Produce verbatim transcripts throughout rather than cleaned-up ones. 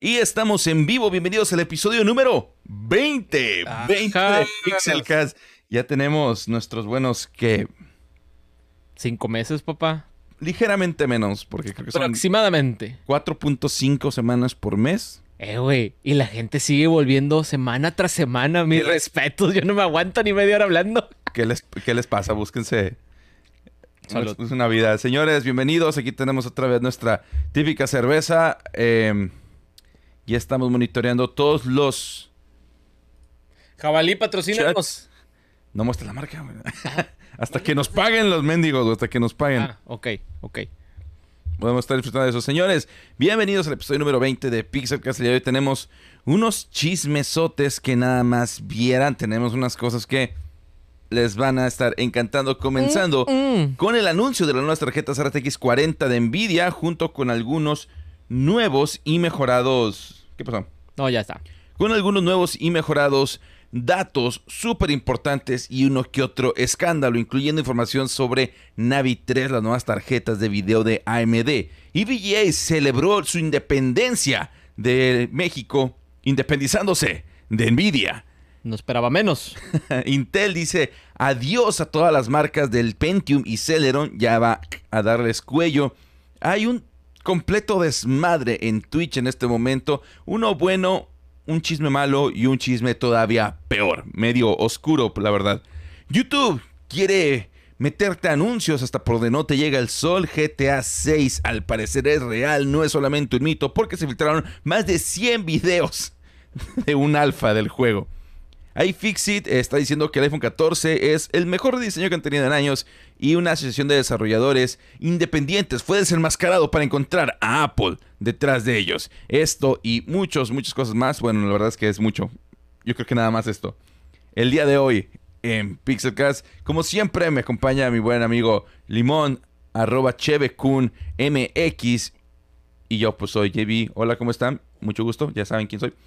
Y estamos en vivo. Bienvenidos al episodio número veinte. Ajá. veinte de Pixelcast. Ya tenemos nuestros buenos que... Cinco meses, papá. Ligeramente menos, porque creo que son Aproximadamente. cuatro punto cinco semanas por mes. Eh, güey. Y la gente sigue volviendo semana tras semana. Mis respetos. Yo no me aguanto ni media hora hablando. ¿Qué les, qué les pasa? Búsquense... Salud. Es una vida. Señores, bienvenidos. Aquí tenemos otra vez nuestra típica cerveza. Eh, ya estamos monitoreando todos los... Jabalí, patrocínanos. No muestra la marca, güey. Hasta que nos paguen los mendigos, güey, hasta que nos paguen. Ah, ok, ok. Podemos estar disfrutando de eso. Señores, bienvenidos al episodio número veinte de Pixelcast. El día de hoy tenemos unos chismesotes que nada más vieran. Tenemos unas cosas que les van a estar encantando. Comenzando Mm, mm. con el anuncio de las nuevas tarjetas R T X cuarenta de Nvidia, junto con algunos nuevos y mejorados... ¿Qué pasó? No, ya está. Con algunos nuevos y mejorados datos súper importantes y uno que otro escándalo, incluyendo información sobre Navi tres, las nuevas tarjetas de video de A M D. Y V G A celebró su independencia de México, independizándose de Nvidia. No esperaba menos. Intel dice adiós a todas las marcas del Pentium y Celeron, ya va a darles cuello. Hay un completo desmadre en Twitch en este momento, uno bueno, un chisme malo y un chisme todavía peor, medio oscuro, la verdad. YouTube quiere meterte anuncios hasta por donde no te llega el sol. G T A seis al parecer es real, no es solamente un mito, porque se filtraron más de cien videos de un alfa del juego. iFixit está diciendo que el iPhone catorce es el mejor diseño que han tenido en años y una asociación de desarrolladores independientes fue desenmascarado para encontrar a Apple detrás de ellos. Esto y muchos, muchas cosas más. Bueno, la verdad es que es mucho. Yo creo que nada más esto. El día de hoy en Pixelcast, como siempre, me acompaña mi buen amigo Limón, arroba Chevecun M X. Y yo pues soy J B. Hola, ¿cómo están? Mucho gusto, ya saben quién soy.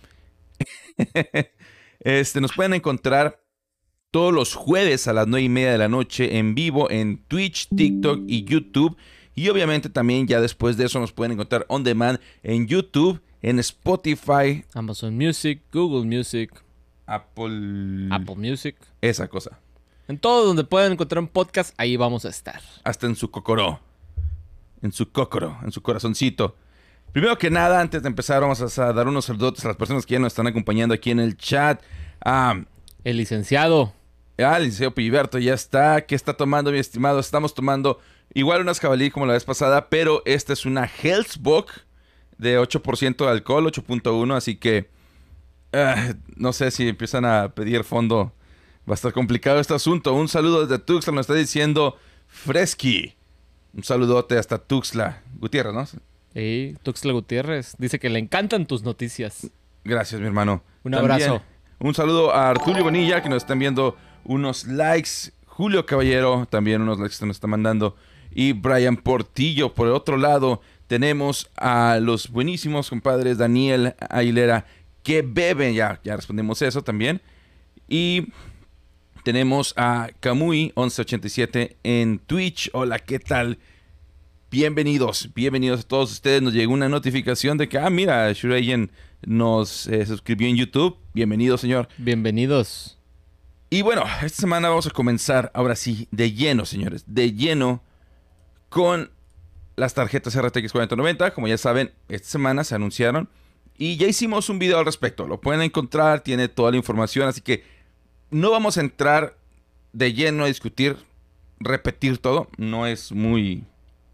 Este, nos pueden encontrar todos los jueves a las nueve y media de la noche en vivo en Twitch, TikTok y YouTube. Y obviamente también ya después de eso nos pueden encontrar on demand en YouTube, en Spotify, Amazon Music, Google Music, Apple... Apple Music. Esa cosa. En todo donde puedan encontrar un podcast, ahí vamos a estar. Hasta en su cocoró. En su cocoro, en su corazoncito. Primero que nada, antes de empezar, vamos a dar unos saludos a las personas que ya nos están acompañando aquí en el chat. Ah, El licenciado. ah, el licenciado Piliberto ya está. ¿Qué está tomando, mi estimado? Estamos tomando igual unas jabalí como la vez pasada, pero esta es una Hellsbock de ocho por ciento de alcohol, ocho punto uno, así que ah, no sé si empiezan a pedir fondo. Va a estar complicado este asunto. Un saludo desde Tuxtla, nos está diciendo Fresky. Un saludote hasta Tuxtla. Gutiérrez, ¿no? Y Tuxtla Gutiérrez dice que le encantan tus noticias. Gracias, mi hermano. Un También, abrazo. un saludo a Artulio Bonilla, que nos están viendo unos likes. Julio Caballero, también unos likes que nos está mandando. Y Brian Portillo. Por el otro lado, tenemos a los buenísimos compadres Daniel Aguilera, que beben. Ya, ya respondimos eso también. Y tenemos a Kamui once ochenta y siete en Twitch. Hola, ¿qué tal? Bienvenidos, bienvenidos a todos ustedes. Nos llegó una notificación de que, ah, mira, Shurayen nos eh, suscribió en YouTube. Bienvenido, señor. Bienvenidos. Y bueno, esta semana vamos a comenzar, ahora sí, de lleno, señores. De lleno con las tarjetas R T X cuarenta noventa. Como ya saben, esta semana se anunciaron. Y ya hicimos un video al respecto. Lo pueden encontrar, tiene toda la información. Así que no vamos a entrar de lleno a discutir, repetir todo. No es muy...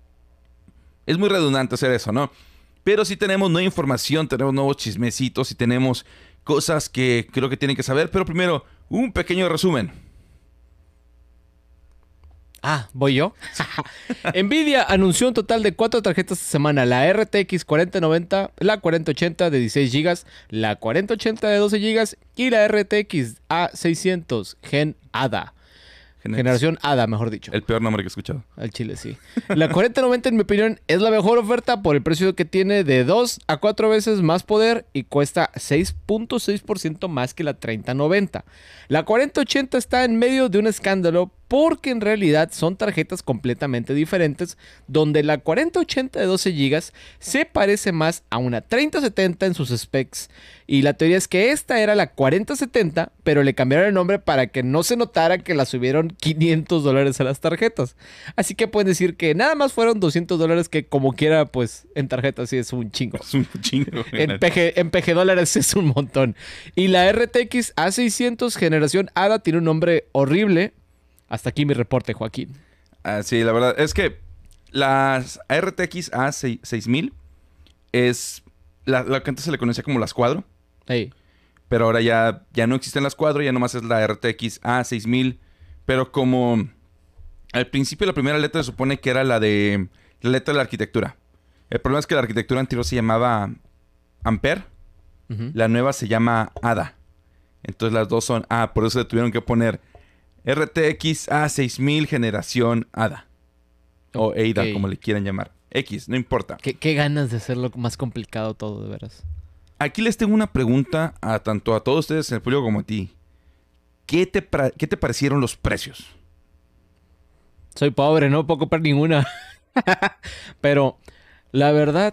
Es muy redundante hacer eso, ¿no? Pero sí tenemos nueva información, tenemos nuevos chismecitos y tenemos cosas que creo que tienen que saber. Pero primero, un pequeño resumen. Ah, ¿voy yo? Nvidia anunció un total de cuatro tarjetas esta semana. La R T X cuarenta noventa, la cuarenta ochenta de dieciséis gigas, la cuarenta ochenta de doce gigas y la R T X A seiscientos Gen A D A. Generación A D A, mejor dicho. El peor nombre que he escuchado. Al chile, sí. La cuarenta noventa, en mi opinión, es la mejor oferta por el precio que tiene de dos a cuatro veces más poder y cuesta seis punto seis por ciento más que la treinta noventa. La cuarenta ochenta está en medio de un escándalo porque en realidad son tarjetas completamente diferentes, donde la cuarenta ochenta de doce gigas se parece más a una treinta setenta en sus specs. Y la teoría es que esta era la cuarenta setenta, pero le cambiaron el nombre para que no se notara que la subieron quinientos dólares a las tarjetas. Así que pueden decir que nada más fueron doscientos dólares, que como quiera, pues en tarjetas sí es un chingo. Es un chingo. En P G, en P G dólares es un montón. Y la R T X A seiscientos generación Ada tiene un nombre horrible. Hasta aquí mi reporte, Joaquín. Ah, sí, la verdad es que las R T X A seis mil es la, la que antes se le conocía como las Quadro. Hey. Pero ahora ya, ya no existen las Quadro, ya nomás es la R T X A seis mil. Pero como al principio la primera letra se supone que era la de la letra de la arquitectura. El problema es que la arquitectura anterior se llamaba Ampere. Uh-huh. La nueva se llama Ada. Entonces las dos son A. Por eso le tuvieron que poner R T X A seis mil generación Ada. O Okay. Ada, como le quieran llamar. X, no importa. ¿Qué, qué ganas de hacerlo más complicado todo, de veras? Aquí les tengo una pregunta a tanto a todos ustedes en el público como a ti. ¿Qué te, pra- ¿Qué te parecieron los precios? Soy pobre, no puedo comprar ninguna. Pero la verdad,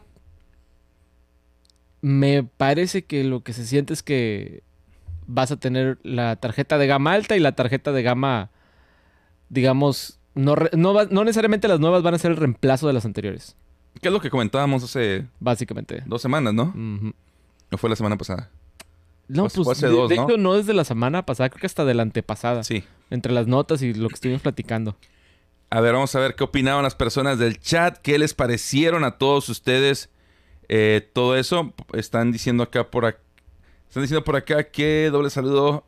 me parece que lo que se siente es que vas a tener la tarjeta de gama alta y la tarjeta de gama, digamos, no, re- no, va- no necesariamente las nuevas van a ser el reemplazo de las anteriores. ¿Qué es lo que comentábamos hace Básicamente. dos semanas, no? Uh-huh. ¿O fue la semana pasada? No, Pues pues, fue hace de, dos, de ¿no? hecho no desde la semana pasada, creo que hasta de la antepasada. Sí. Entre las notas y lo que estuvimos platicando. A ver, vamos a ver qué opinaban las personas del chat. ¿Qué les parecieron a todos ustedes? Eh, todo eso. Están diciendo acá por acá. Están diciendo por acá que doble saludo.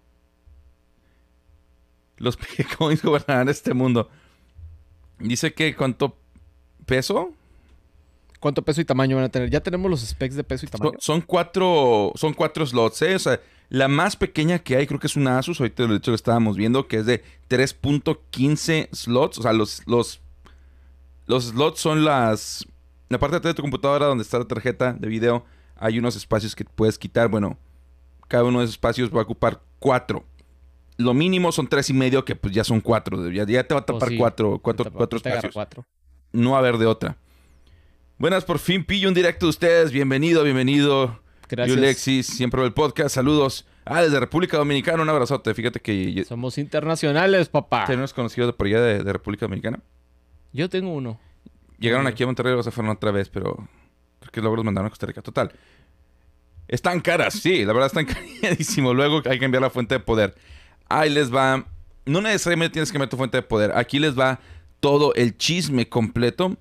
Los Coins gobernarán este mundo. Dice que cuánto peso. ¿Cuánto peso y tamaño van a tener? Ya tenemos los specs de peso y tamaño. Son, son cuatro. Son cuatro slots, ¿eh? O sea, la más pequeña que hay, creo que es una Asus. Ahorita de hecho lo estábamos viendo, que es de tres punto quince slots. O sea, los, los, los slots son las. La parte de atrás de tu computadora donde está la tarjeta de video. Hay unos espacios que puedes quitar. Bueno, cada uno de esos espacios va a ocupar cuatro. Lo mínimo son tres y medio, que pues ya son cuatro. Ya, ya te va a tapar Oh, sí. cuatro, cuatro, Te tapa- cuatro te agarra espacios. cuatro. No va a haber de otra. Buenas, por fin pillo un directo de ustedes. Bienvenido, bienvenido. Gracias. Yo, Alexis, siempre el podcast. Saludos. Ah, desde República Dominicana, un abrazote. Fíjate que yo- Somos internacionales, papá. tenemos conocidos de por allá de, de República Dominicana. Yo tengo uno. Llegaron Muy aquí a Monterrey, luego se fueron otra vez, pero creo que luego los mandaron a Costa Rica. Total. Están caras, sí, la verdad están carísimos. Luego hay que cambiar la fuente de poder. Ahí les va. No necesariamente tienes que cambiar tu fuente de poder. Aquí les va todo el chisme completo.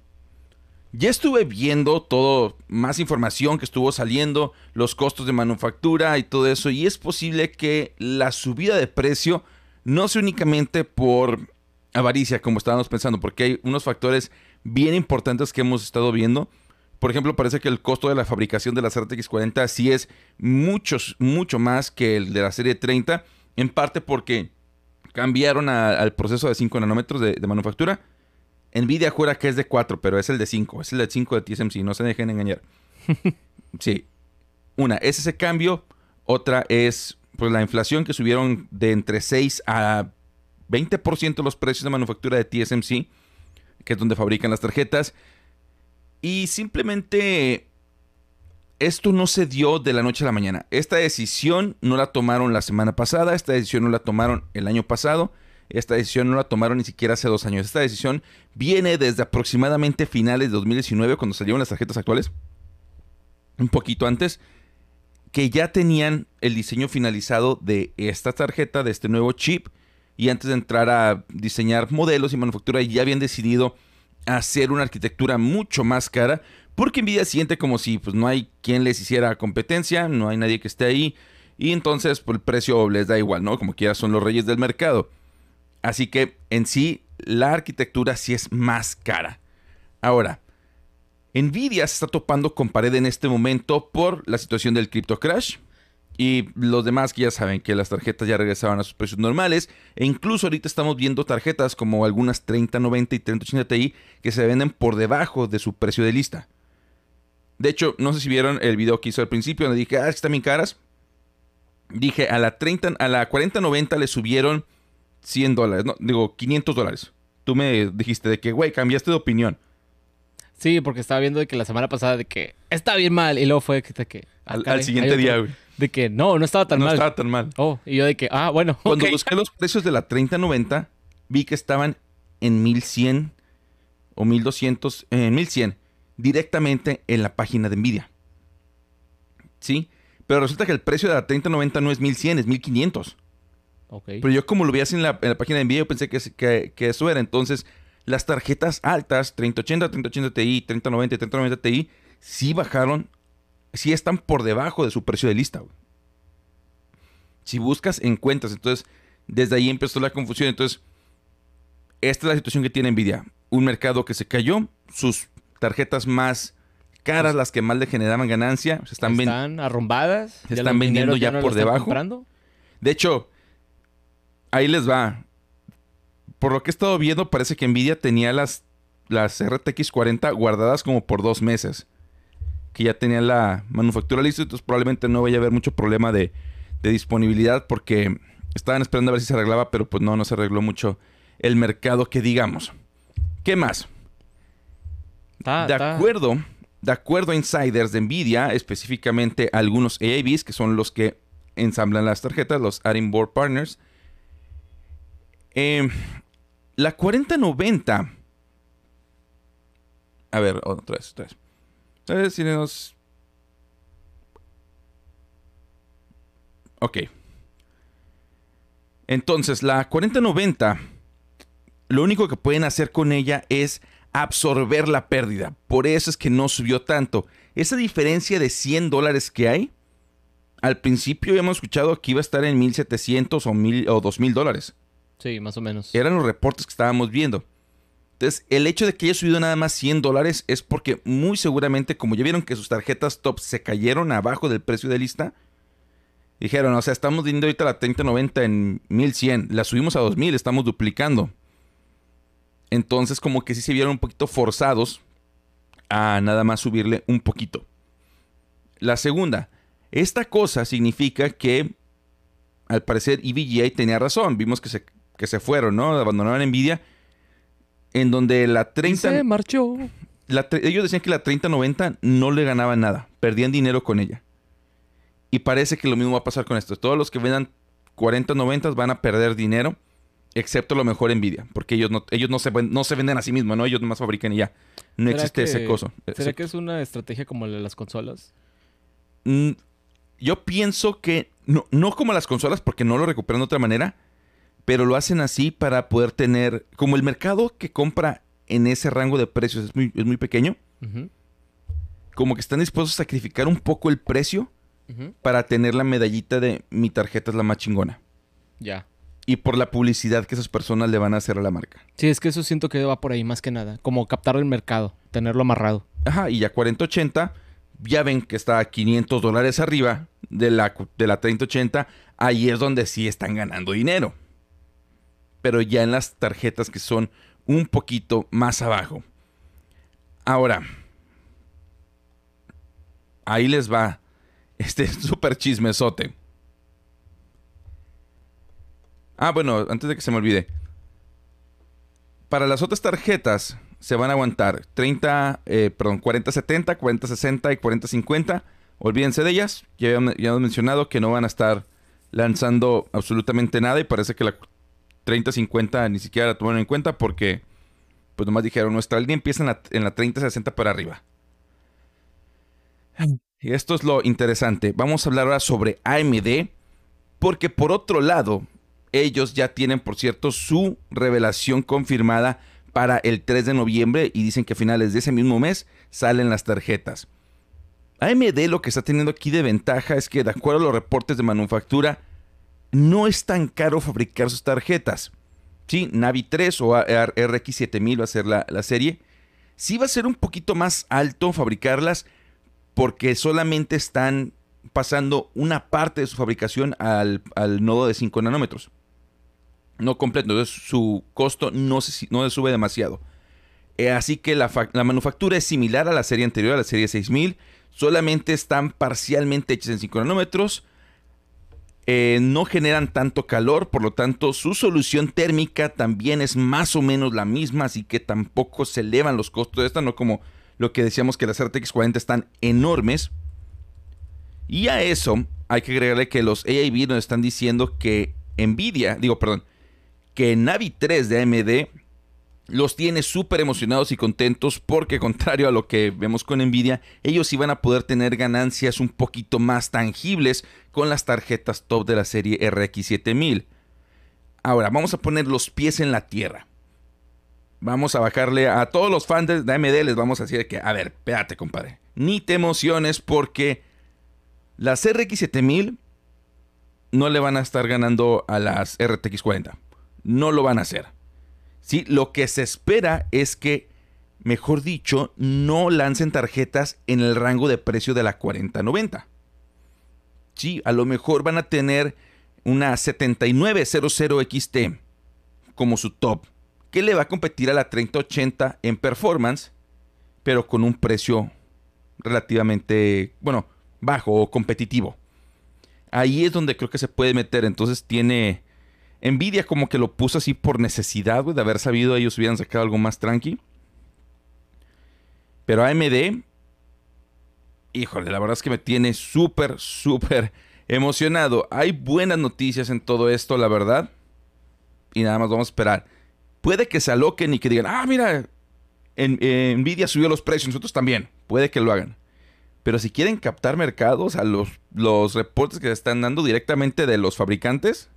Ya estuve viendo todo, más información que estuvo saliendo, los costos de manufactura y todo eso. Y es posible que la subida de precio no sea únicamente por avaricia, como estábamos pensando, porque hay unos factores bien importantes que hemos estado viendo. Por ejemplo, parece que el costo de la fabricación de la R T X cuarenta sí es mucho, mucho más que el de la serie treinta. En parte porque cambiaron a, al proceso de cinco nanómetros de, de manufactura. Nvidia jura que es de cuatro, pero es el de cinco. Es el de cinco de T S M C. No se dejen engañar. Sí. Una, es ese cambio. Otra es pues, la inflación que subieron de entre seis a veinte por ciento los precios de manufactura de T S M C, que es donde fabrican las tarjetas. Y simplemente esto no se dio de la noche a la mañana. Esta decisión no la tomaron la semana pasada. Esta decisión no la tomaron el año pasado. Esta decisión no la tomaron ni siquiera hace dos años. Esta decisión viene desde aproximadamente finales de dos mil diecinueve, cuando salieron las tarjetas actuales. Un poquito antes. Que ya tenían el diseño finalizado de esta tarjeta, de este nuevo chip. Y antes de entrar a diseñar modelos y manufactura, ya habían decidido hacer una arquitectura mucho más cara. Porque Nvidia siente como si pues, no hay quien les hiciera competencia. No hay nadie que esté ahí. Y entonces pues, el precio les da igual, ¿no? Como quiera son los reyes del mercado. Así que en sí la arquitectura sí es más cara. Ahora, Nvidia se está topando con pared en este momento por la situación del crypto crash. Y los demás que ya saben que las tarjetas ya regresaron a sus precios normales. E incluso ahorita estamos viendo tarjetas como algunas treinta noventa y treinta ochenta Ti que se venden por debajo de su precio de lista. De hecho, no sé si vieron el video que hice al principio donde dije, ah, es que están bien caras. Dije, a la, treinta, a la cuarenta noventa le subieron cien dólares. No, digo, quinientos dólares. Tú me dijiste de que, güey, cambiaste de opinión. Sí, porque estaba viendo de que la semana pasada de que está bien mal. Y luego fue de que... ah, Al, caray, al siguiente hay otro. día, güey. De que no, no estaba tan no mal. No estaba tan mal. Oh, y yo de que, ah, bueno, Cuando ok. busqué los precios de la treinta noventa, vi que estaban en mil cien o mil doscientos, en mil cien, directamente en la página de Nvidia. ¿Sí? Pero resulta que el precio de la treinta noventa no es mil cien, es mil quinientos. Ok. Pero yo como lo vi así en la, en la página de Nvidia, yo pensé que, que, que eso era. Entonces, las tarjetas altas, treinta ochenta, treinta ochenta Ti, treinta noventa y treinta noventa Ti, sí bajaron, sí están por debajo de su precio de lista, güey. Si buscas, encuentras. Entonces, desde ahí empezó la confusión. Entonces, esta es la situación que tiene Nvidia. Un mercado que se cayó, sus tarjetas más caras, las que más le generaban ganancia, se están, ven- Están arrumbadas. se ya están los vendiendo mineros ya no lo por están debajo. comprando. De hecho, ahí les va. Por lo que he estado viendo, parece que Nvidia tenía las, las R T X cuarenta guardadas como por dos meses. Que ya tenían la manufactura lista, entonces probablemente no vaya a haber mucho problema de, de disponibilidad porque estaban esperando a ver si se arreglaba, pero pues no, no se arregló mucho el mercado que digamos. ¿Qué más? Está- De está- acuerdo, de acuerdo a insiders de Nvidia, específicamente algunos A I Bs, que son los que ensamblan las tarjetas, los Adding Board Partners, eh, la cuarenta noventa... A ver, otra vez, otra vez. A ver si nos... Ok. Entonces, la cuarenta noventa, lo único que pueden hacer con ella es absorber la pérdida. Por eso es que no subió tanto. Esa diferencia de cien dólares que hay, al principio habíamos escuchado que iba a estar en mil setecientos o, mil, o dos mil dólares. Sí, más o menos. Eran los reportes que estábamos viendo. Entonces, el hecho de que haya subido nada más cien dólares es porque muy seguramente, como ya vieron que sus tarjetas top se cayeron abajo del precio de lista, dijeron, o sea, estamos viendo ahorita la treinta noventa en mil cien, la subimos a dos mil, estamos duplicando. Entonces, como que sí se vieron un poquito forzados a nada más subirle un poquito. La segunda, esta cosa significa que, al parecer, E V G A tenía razón. Vimos que se, que se fueron, ¿no? Abandonaron Nvidia. En donde la treinta... Se marchó. La, ellos decían que la treinta noventa no le ganaban nada. Perdían dinero con ella. Y parece que lo mismo va a pasar con esto. Todos los que vendan cuarenta noventa van a perder dinero. Excepto lo mejor Nvidia. Porque ellos no, ellos no, se, no se venden a sí mismos, ¿no? Ellos nomás fabrican y ya. No existe que, ese coso. ¿Será ese, que es una estrategia como la de las consolas? Mm, yo pienso que... No, no como las consolas porque no lo recuperan de otra manera. Pero lo hacen así para poder tener... Como el mercado que compra en ese rango de precios es muy, es muy pequeño. Uh-huh. Como que están dispuestos a sacrificar un poco el precio Uh-huh. para tener la medallita de mi tarjeta es la más chingona. Ya. Y por la publicidad que esas personas le van a hacer a la marca. Sí, es que eso siento que va por ahí más que nada. Como captar el mercado, tenerlo amarrado. Ajá, y ya cuarenta ochenta, ya ven que está a quinientos dólares arriba de la, de la treinta ochenta. Ahí es donde sí están ganando dinero. Pero ya en las tarjetas que son un poquito más abajo. Ahora, ahí les va este súper chismesote. Ah, bueno, antes de que se me olvide. Para las otras tarjetas se van a aguantar treinta, eh, perdón, cuarenta setenta, cuarenta sesenta y cuarenta cincuenta. Olvídense de ellas. Ya, ya hemos mencionado que no van a estar lanzando absolutamente nada y parece que la treinta cincuenta ni siquiera la tomaron en cuenta porque pues nomás dijeron, nuestra línea empieza en la, en la treinta sesenta para arriba. Y esto es lo interesante. Vamos a hablar ahora sobre A M D porque por otro lado, ellos ya tienen, por cierto, su revelación confirmada para el tres de noviembre y dicen que a finales de ese mismo mes salen las tarjetas. A M D lo que está teniendo aquí de ventaja es que de acuerdo a los reportes de manufactura, no es tan caro fabricar sus tarjetas. Sí, Navi tres o R X siete mil va a ser la, la serie. Sí va a ser un poquito más alto fabricarlas porque solamente están pasando una parte de su fabricación al, al nodo de cinco nanómetros. No completo, entonces su costo no se, no se sube demasiado. Eh, así que la, la manufactura es similar a la serie anterior, a la serie seis mil. Solamente están parcialmente hechas en cinco nanómetros. Eh, no generan tanto calor, por lo tanto su solución térmica también es más o menos la misma, así que tampoco se elevan los costos de esta, no como lo que decíamos que las R T X cuarenta están enormes. Y a eso hay que agregarle que los A I B nos están diciendo que Nvidia, digo perdón, que Navi tres de A M D los tiene súper emocionados y contentos porque, contrario a lo que vemos con Nvidia, ellos iban a poder tener ganancias un poquito más tangibles con las tarjetas top de la serie R X siete mil. Ahora, vamos a poner los pies en la tierra. Vamos a bajarle a todos los fans de A M D, les vamos a decir que, a ver, espérate, compadre. Ni te emociones porque las R X siete mil no le van a estar ganando a las R T X cuarenta. No lo van a hacer. Sí, lo que se espera es que, mejor dicho, no lancen tarjetas en el rango de precio de la cuarenta noventa. Sí, a lo mejor van a tener una setenta y nueve cero X T como su top, que le va a competir a la treinta ochenta en performance, pero con un precio relativamente, bueno, bajo o competitivo. Ahí es donde creo que se puede meter. Entonces tiene Nvidia como que lo puso así por necesidad, güey, de haber sabido ellos hubieran sacado algo más tranqui. Pero A M D, híjole, la verdad es que me tiene súper, súper emocionado. Hay buenas noticias en todo esto, la verdad. Y nada más vamos a esperar. Puede que se aloquen y que digan, ah, mira, en, en Nvidia subió los precios, nosotros también. Puede que lo hagan. Pero si quieren captar mercados, a los, los reportes que se están dando directamente de los fabricantes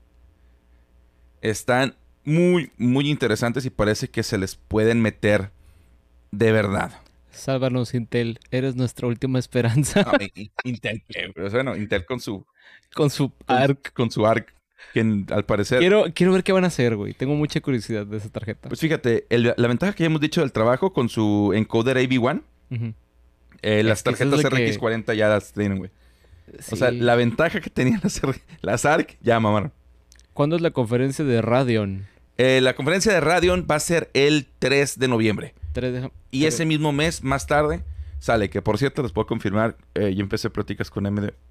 están muy, muy interesantes y parece que se les pueden meter de verdad. Sálvanos, Intel. Eres nuestra última esperanza. No, Intel, pero bueno, Intel con su... Con su con, ARC. Con su ARC, que al parecer... Quiero, quiero ver qué van a hacer, güey. Tengo mucha curiosidad de esa tarjeta. Pues fíjate, el, la ventaja que ya hemos dicho del trabajo con su encoder A V uno, uh-huh. eh, las tarjetas R X cuarenta que... ya las tienen, güey. Sí. O sea, la ventaja que tenían las, las ARC, ya mamaron. ¿Cuándo es la conferencia de Radeon? Eh, la conferencia de Radeon va a ser el tres de noviembre. tres de... Y ese mismo mes, más tarde, sale. Que por cierto, les puedo confirmar, eh, yo empecé pláticas con A M D.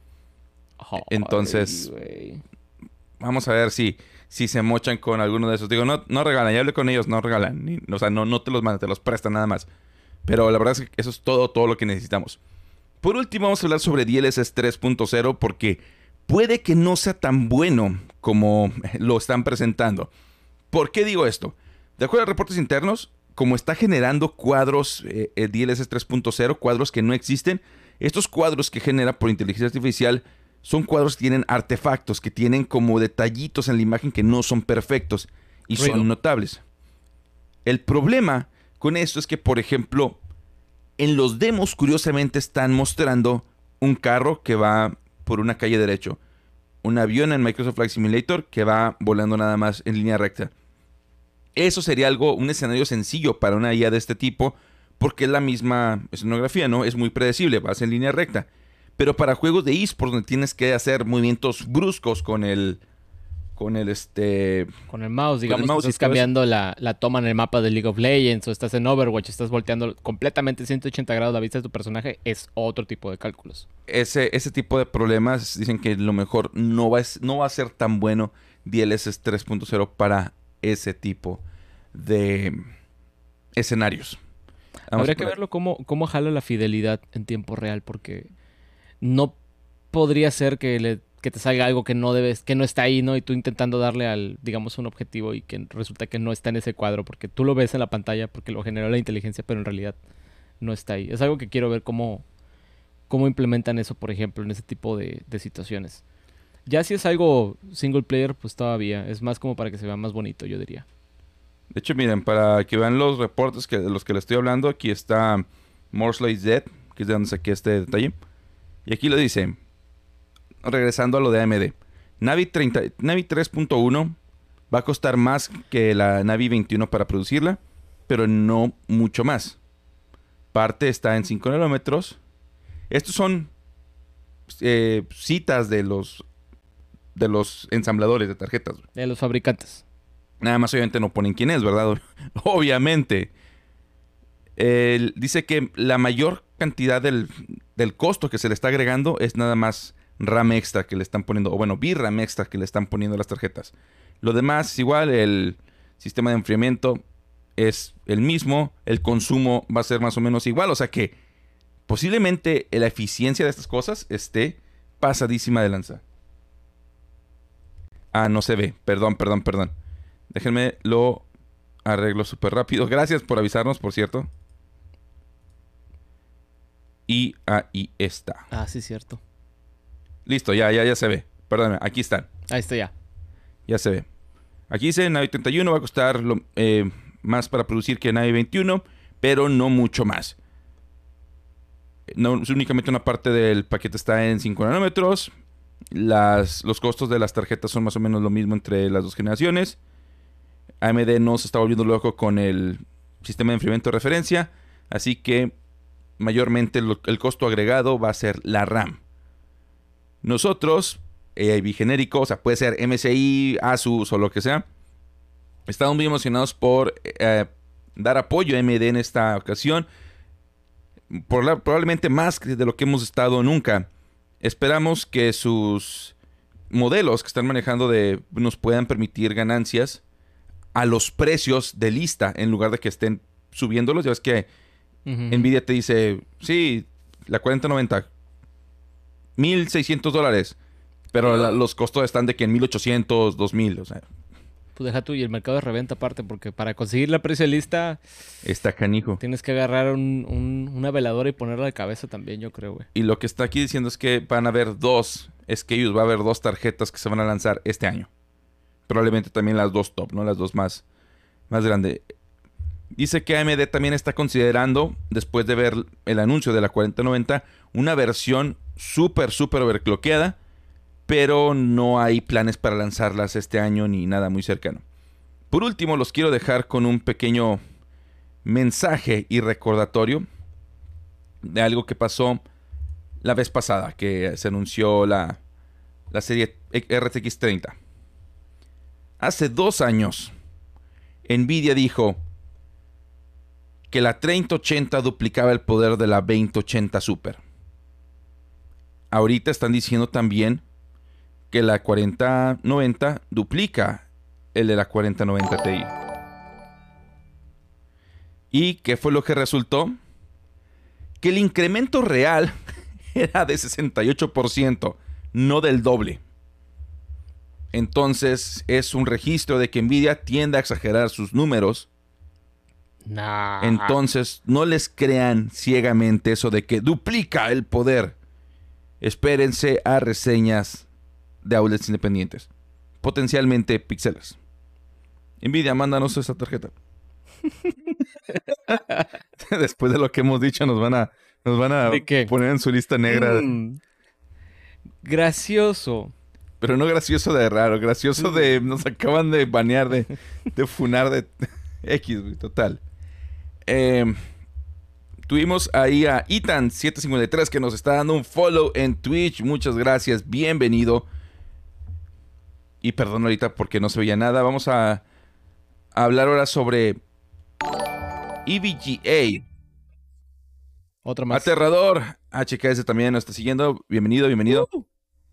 Oh, Entonces, ay, vamos a ver si, si se mochan con alguno de esos. Digo, no, no regalan. Ya hablé con ellos, no regalan. Ni, o sea, no, no te los mandan, te los prestan nada más. Pero la verdad es que eso es todo, todo lo que necesitamos. Por último, vamos a hablar sobre D L S S tres punto cero porque puede que no sea tan bueno como lo están presentando. ¿Por qué digo esto? De acuerdo a reportes internos, como está generando cuadros eh, eh, D L S S tres punto cero, cuadros que no existen, estos cuadros que genera por inteligencia artificial son cuadros que tienen artefactos, que tienen como detallitos en la imagen que no son perfectos y Ruido. son notables. El problema con esto es que, por ejemplo, en los demos curiosamente están mostrando un carro que va por una calle derecho, un avión en Microsoft Flight Simulator que va volando nada más en línea recta. Eso sería algo, un escenario sencillo para una I A de este tipo, porque es la misma escenografía, ¿no? Es muy predecible, vas en línea recta. Pero para juegos de eSports donde tienes que hacer movimientos bruscos con el... Con el este... Con el mouse, digamos, el mouse estás cambiando la, la toma en el mapa de League of Legends o estás en Overwatch, estás volteando completamente ciento ochenta grados la vista de tu personaje, es otro tipo de cálculos. Ese, ese tipo de problemas dicen que lo mejor no va, a, no va a ser tan bueno D L S S tres punto cero para ese tipo de escenarios. Vamos Habría que verlo cómo, cómo jala la fidelidad en tiempo real, porque no podría ser que, le, que te salga algo que no debes, que no está ahí, ¿no? Y tú intentando darle al, digamos, un objetivo y que resulta que no está en ese cuadro, porque tú lo ves en la pantalla porque lo generó la inteligencia, pero en realidad no está ahí. Es algo que quiero ver cómo, cómo implementan eso, por ejemplo, en ese tipo de, de situaciones. Ya si es algo single player, pues todavía. Es más como para que se vea más bonito, yo diría. De hecho, miren, para que vean los reportes que, de los que les estoy hablando, aquí está Morsley Z, que es de donde saqué este detalle. Y aquí lo dice, regresando a lo de A M D. Navi, Navi tres punto uno va a costar más que la Navi veintiuno para producirla, pero no mucho más. Parte está en cinco nanómetros. Estos son eh, citas de los, de los ensambladores de tarjetas. De los fabricantes. Nada más obviamente no ponen quién es, ¿verdad? Obviamente. Eh, dice que la mayor cantidad del, del costo que se le está agregando es nada más RAM extra que le están poniendo, o bueno, VRAM extra que le están poniendo a las tarjetas. Lo demás es igual, el sistema de enfriamiento es el mismo, el consumo va a ser más o menos igual, o sea que posiblemente la eficiencia de estas cosas esté pasadísima de lanza. Ah, no se ve, perdón, perdón, perdón. Déjenme lo arreglo súper rápido. Gracias por avisarnos, por cierto. Y ahí está. Ah, sí, cierto. Listo, ya, ya, ya se ve. Perdóname, aquí están. Ahí está ya. Ya se ve. Aquí dice Navi treinta y uno va a costar lo, eh, más para producir que Navi veintiuno, pero no mucho más. No, es únicamente una parte del paquete está en cinco nanómetros. Las, los costos de las tarjetas son más o menos lo mismo entre las dos generaciones. A M D no se está volviendo loco con el sistema de enfriamiento de referencia, así que mayormente lo, el costo agregado va a ser la RAM. Nosotros, eh, bigenérico, o sea, puede ser M S I, Asus o lo que sea, estamos muy emocionados por eh, dar apoyo a A M D en esta ocasión, por la, probablemente más de lo que hemos estado nunca. Esperamos que sus modelos que están manejando de, nos puedan permitir ganancias a los precios de lista en lugar de que estén subiéndolos. Ya ves que uh-huh. Nvidia te dice, sí, la cuarenta noventa, mil seiscientos dólares, pero la, los costos están de que en mil ochocientos, dos mil, o sea. Pues deja tú, y el mercado de reventa aparte, porque para conseguir la precio de lista... Está canijo. Tienes que agarrar un, un, una veladora y ponerla de cabeza también, yo creo, güey. Y lo que está aquí diciendo es que van a haber dos S K Us, va a haber dos tarjetas que se van a lanzar este año. Probablemente también las dos top, ¿no? Las dos más, más grandes. Dice que A M D también está considerando, después de ver el anuncio de la cuarenta noventa, una versión súper, súper overclockeada, pero no hay planes para lanzarlas este año ni nada muy cercano. Por último, los quiero dejar con un pequeño mensaje y recordatorio de algo que pasó la vez pasada, que se anunció la, la serie R T X treinta. Hace dos años, Nvidia dijo que la treinta ochenta duplicaba el poder de la veinte ochenta Super. Ahorita están diciendo también que la cuarenta noventa duplica el de la cuarenta noventa Ti. ¿Y qué fue lo que resultó? Que el incremento real era de sesenta y ocho por ciento, no del doble. Entonces es un registro de que Nvidia tiende a exagerar sus números. Nah. Entonces no les crean ciegamente eso de que duplica el poder. Espérense a reseñas de outlets independientes, potencialmente pixelers. Nvidia, mándanos esa tarjeta. Después de lo que hemos dicho, nos van a, nos van a poner en su lista negra. Mm. Gracioso. Pero no gracioso de raro, gracioso de... Nos acaban de banear, de, de funar de X, total. Eh, tuvimos ahí a Ethan siete cincuenta y tres que nos está dando un follow en Twitch. Muchas gracias, bienvenido. Y perdón ahorita porque no se veía nada. Vamos a, a hablar ahora sobre E V G A. Otra más. Aterrador. H K S también nos está siguiendo. Bienvenido, bienvenido. Uh.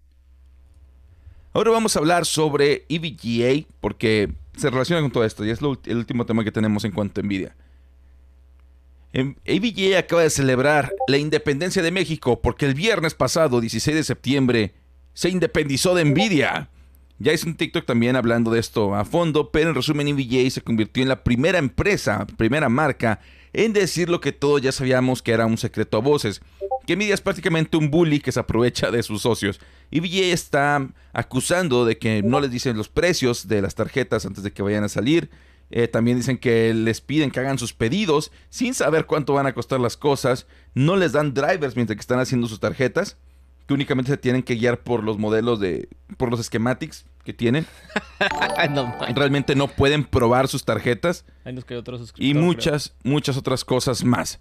Ahora vamos a hablar sobre E V G A porque se relaciona con todo esto y es lo, el último tema que tenemos en cuanto a Nvidia. E V G A acaba de celebrar la independencia de México porque el viernes pasado, dieciséis de septiembre, se independizó de Nvidia. Ya hice un TikTok también hablando de esto a fondo, pero en resumen E V G A se convirtió en la primera empresa, primera marca en decir lo que todos ya sabíamos que era un secreto a voces, que Nvidia es prácticamente un bully que se aprovecha de sus socios. E V G A está acusando de que no les dicen los precios de las tarjetas antes de que vayan a salir. Eh, también dicen que les piden que hagan sus pedidos sin saber cuánto van a costar las cosas. No les dan drivers mientras que están haciendo sus tarjetas, que únicamente se tienen que guiar por los modelos de... por los schematics que tienen. no, Realmente no pueden probar sus tarjetas. Ahí nos quedó otro suscriptor, y muchas, creo. muchas otras cosas más.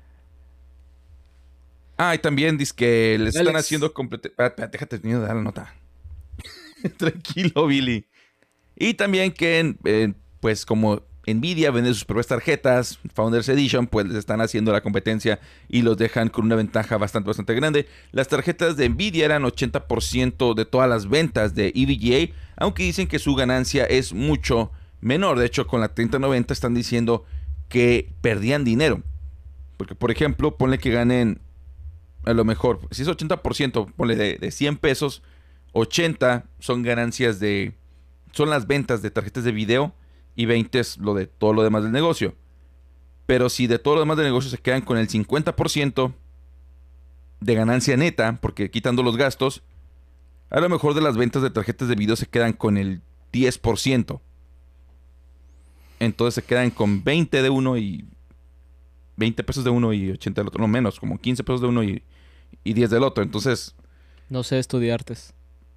Ah, y también dice que les Alex. están haciendo... Complete... Ah, déjate de dar la nota. Tranquilo, Billy. Y también que... Eh, pues como Nvidia vende sus propias tarjetas, Founders Edition, pues les están haciendo la competencia y los dejan con una ventaja bastante, bastante grande. Las tarjetas de Nvidia eran ochenta por ciento de todas las ventas de E V G A, aunque dicen que su ganancia es mucho menor. De hecho, con la treinta noventa están diciendo que perdían dinero. Porque, por ejemplo, ponle que ganen, a lo mejor, si es ochenta por ciento, ponle de, de cien pesos, ochenta son ganancias de, son las ventas de tarjetas de video y veinte es lo de todo lo demás del negocio. Pero si de todo lo demás del negocio se quedan con el cincuenta por ciento de ganancia neta, porque quitando los gastos, a lo mejor de las ventas de tarjetas de video se quedan con el diez por ciento. Entonces se quedan con veinte de uno y veinte pesos de uno y ochenta del otro. No menos, como quince pesos de uno y, y diez del otro. Entonces... No sé estudiar artes.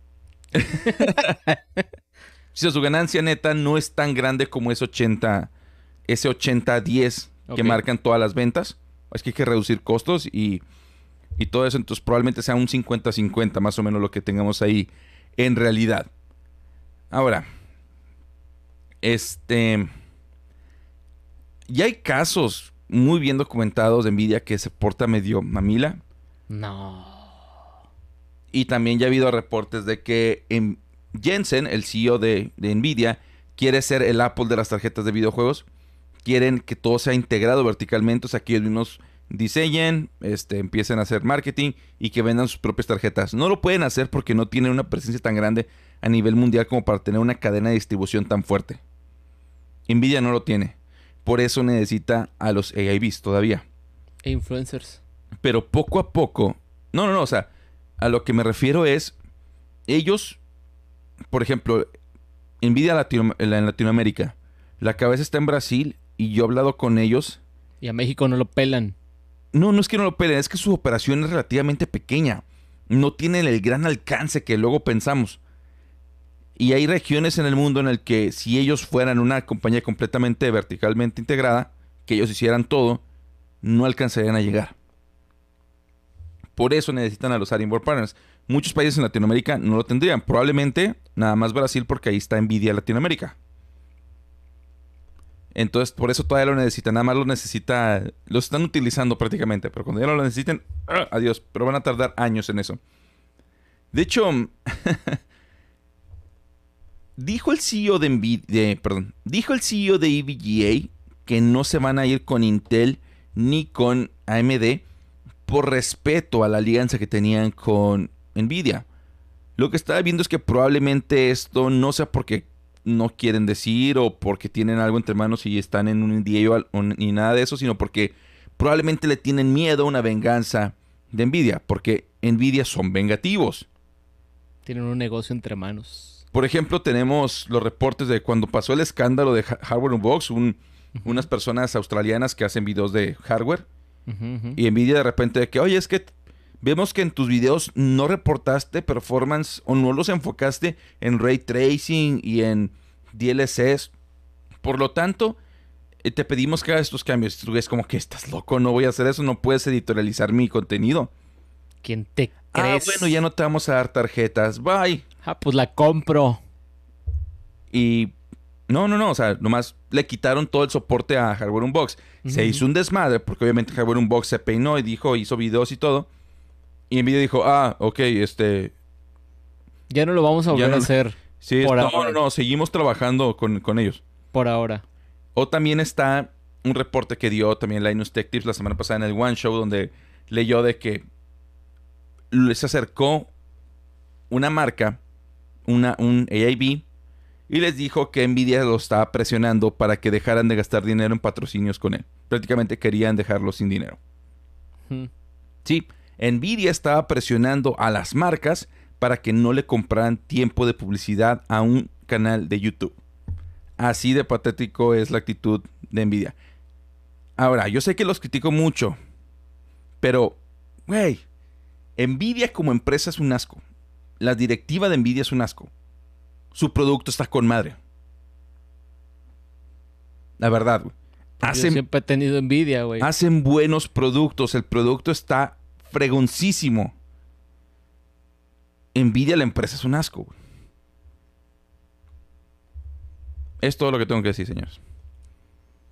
Si su ganancia neta no es tan grande como ese ochenta, ese ochenta diez que Ok. marcan todas las ventas. Es que hay que reducir costos y, y todo eso. Entonces probablemente sea un cincuenta cincuenta más o menos lo que tengamos ahí en realidad. Ahora, este... ya hay casos muy bien documentados de Nvidia que se porta medio mamila. No. Y también ya ha habido reportes de que en Jensen, el C E O de, de Nvidia, quiere ser el Apple de las tarjetas de videojuegos. Quieren que todo sea integrado verticalmente, o sea, que ellos mismos diseñen, este, empiecen a hacer marketing y que vendan sus propias tarjetas. No lo pueden hacer porque no tienen una presencia tan grande a nivel mundial como para tener una cadena de distribución tan fuerte. Nvidia no lo tiene. Por eso necesita a los A I Bs todavía. E influencers. Pero poco a poco... No, no, no. O sea, a lo que me refiero es... Ellos, por ejemplo, Nvidia Latino- en Latinoamérica. La cabeza está en Brasil y yo he hablado con ellos. Y a México no lo pelan. No, no es que no lo peleen. Es que su operación es relativamente pequeña. No tienen el gran alcance que luego pensamos. Y hay regiones en el mundo en el que si ellos fueran una compañía completamente verticalmente integrada, que ellos hicieran todo, no alcanzarían a llegar. Por eso necesitan a los Adding Board Partners. Muchos países en Latinoamérica no lo tendrían. Probablemente nada más Brasil porque ahí está Nvidia Latinoamérica. Entonces por eso todavía lo necesitan. Nada más lo necesita... Los están utilizando prácticamente. Pero cuando ya no lo necesiten, ¡ah! Adiós. Pero van a tardar años en eso. De hecho... Dijo el C E O de Nvidia, perdón, dijo el C E O de E V G A que no se van a ir con Intel ni con A M D por respeto a la alianza que tenían con Nvidia. Lo que estaba viendo es que probablemente esto no sea porque no quieren decir o porque tienen algo entre manos y están en un N D A o, o ni nada de eso, sino porque probablemente le tienen miedo a una venganza de Nvidia, porque Nvidia son vengativos. Tienen un negocio entre manos. Por ejemplo, tenemos los reportes de cuando pasó el escándalo de Ha- Hardware Unbox, un, Ujú. unas personas australianas que hacen videos de hardware. Ujú, ujú. Y Nvidia de repente de que, oye, es que t- vemos que en tus videos no reportaste performance o no los enfocaste en Ray Tracing y en D L S S. Por lo tanto, eh, te pedimos que hagas estos cambios. Tú ves como que estás loco, no voy a hacer eso, no puedes editorializar mi contenido. ¿Quién te Ah, crees? bueno, ya no te vamos a dar tarjetas, bye. Ah, pues la compro. Y no, no, no, o sea, nomás le quitaron todo el soporte a Hardware Unbox. Se Ujú. hizo un desmadre porque obviamente Hardware Unbox se peinó y dijo, hizo videos y todo. Y Nvidia dijo, ah, ok, este... Ya no lo vamos a Ya volver no- a hacer Sí, Por no, ahora. no, no, seguimos trabajando con, con ellos. por ahora. O también está un reporte que dio también Linus Tech Tips la semana pasada en el One Show, donde leyó de que les acercó una marca, una, un A I B, y les dijo que Nvidia lo estaba presionando para que dejaran de gastar dinero en patrocinios con él. Prácticamente querían dejarlo sin dinero. Ujú. Sí, Nvidia estaba presionando a las marcas para que no le compraran tiempo de publicidad a un canal de YouTube. Así de patético es la actitud de Nvidia. Ahora, yo sé que los critico mucho, pero, güey, Nvidia como empresa es un asco. La directiva de Nvidia es un asco. Su producto está con madre. La verdad, güey. Yo Hacen, siempre he tenido envidia, güey. hacen buenos productos. El producto está fregoncísimo. Nvidia, la empresa, es un asco, güey. Es todo lo que tengo que decir, señores.